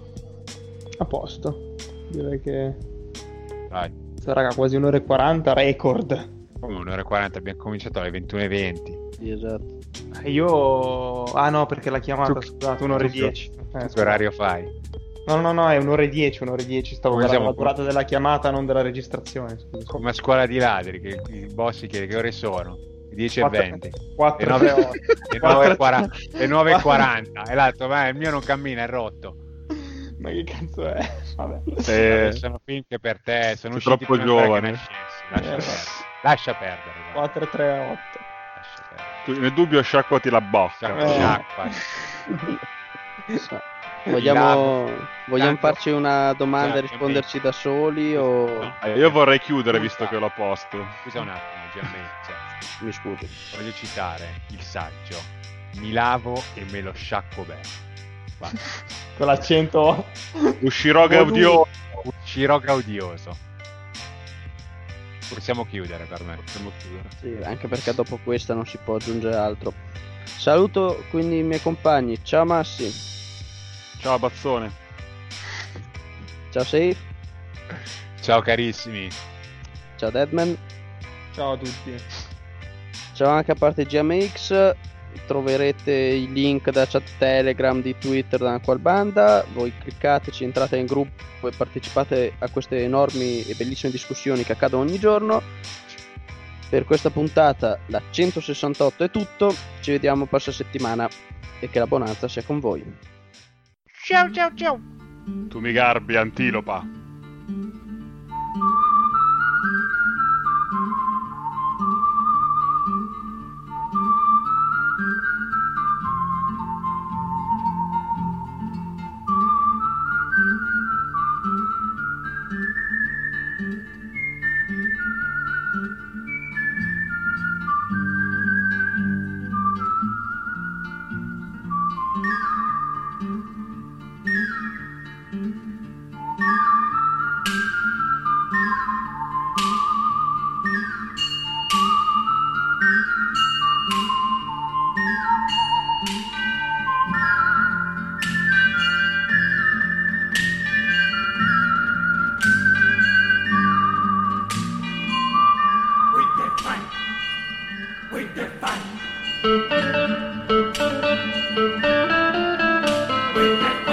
A posto, direi che Vai. sarà quasi un'ora e quaranta, record. Come un'ora e quaranta, abbiamo cominciato alle ventuno e venti. Sì, esatto. Io... Ah no, perché la chiamata, Tu- scusate, un'ora e tu- dieci. Eh, Che orario fai? No, no, no, è un'ora e dieci, un'ora e dieci. Stavo Come guardando la siamo? durata della chiamata, non della registrazione. Scusa. Come a scuola di ladri, che il boss chiede che ore sono. dieci e venti. quattro, Le tre, nove- otto. Le nove e quaranta. Le nove e quaranta. E l'altro, ma il mio non cammina, è rotto. Ma che cazzo è? Vabbè. Eh, Sono film che per te sono sei usciti troppo prima ancora giovane. che nascessi. Lascia Eh, perdere. Lascia perdere. guarda. quattro, tre, otto. Lascia perdere. tu, nel dubbio sciacquati la bocca. Sciacqua, Eh. sciacqua. So. Vogliamo, vogliamo Tanto- farci una domanda e Tanto- risponderci da soli o No. Eh, io vorrei chiudere visto che l'ho posto. Scusa un attimo, Gianni, cioè, mi scusi? voglio citare il saggio. Mi lavo e me lo sciacquo bene. Va. Con l'accento... Uscirò gaudio. Uscirò gaudioso. Possiamo chiudere per me. Possiamo chiudere. Sì, anche perché dopo questa non si può aggiungere altro. Saluto quindi i miei compagni. Ciao Massi. Ciao Bazzone. Ciao Safe. Ciao carissimi. Ciao Deadman. Ciao a tutti. Ciao anche a parte G M X. Troverete i link da chat Telegram, di Twitter, da qual banda. Voi cliccateci, entrate nel gruppo e partecipate a queste enormi e bellissime discussioni che accadono ogni giorno. Per questa puntata, la centosessantotto, è tutto. Ci vediamo prossima settimana e che la bonanza sia con voi. Ciao ciao ciao. Tu mi garbi, antilopa. We define. We define.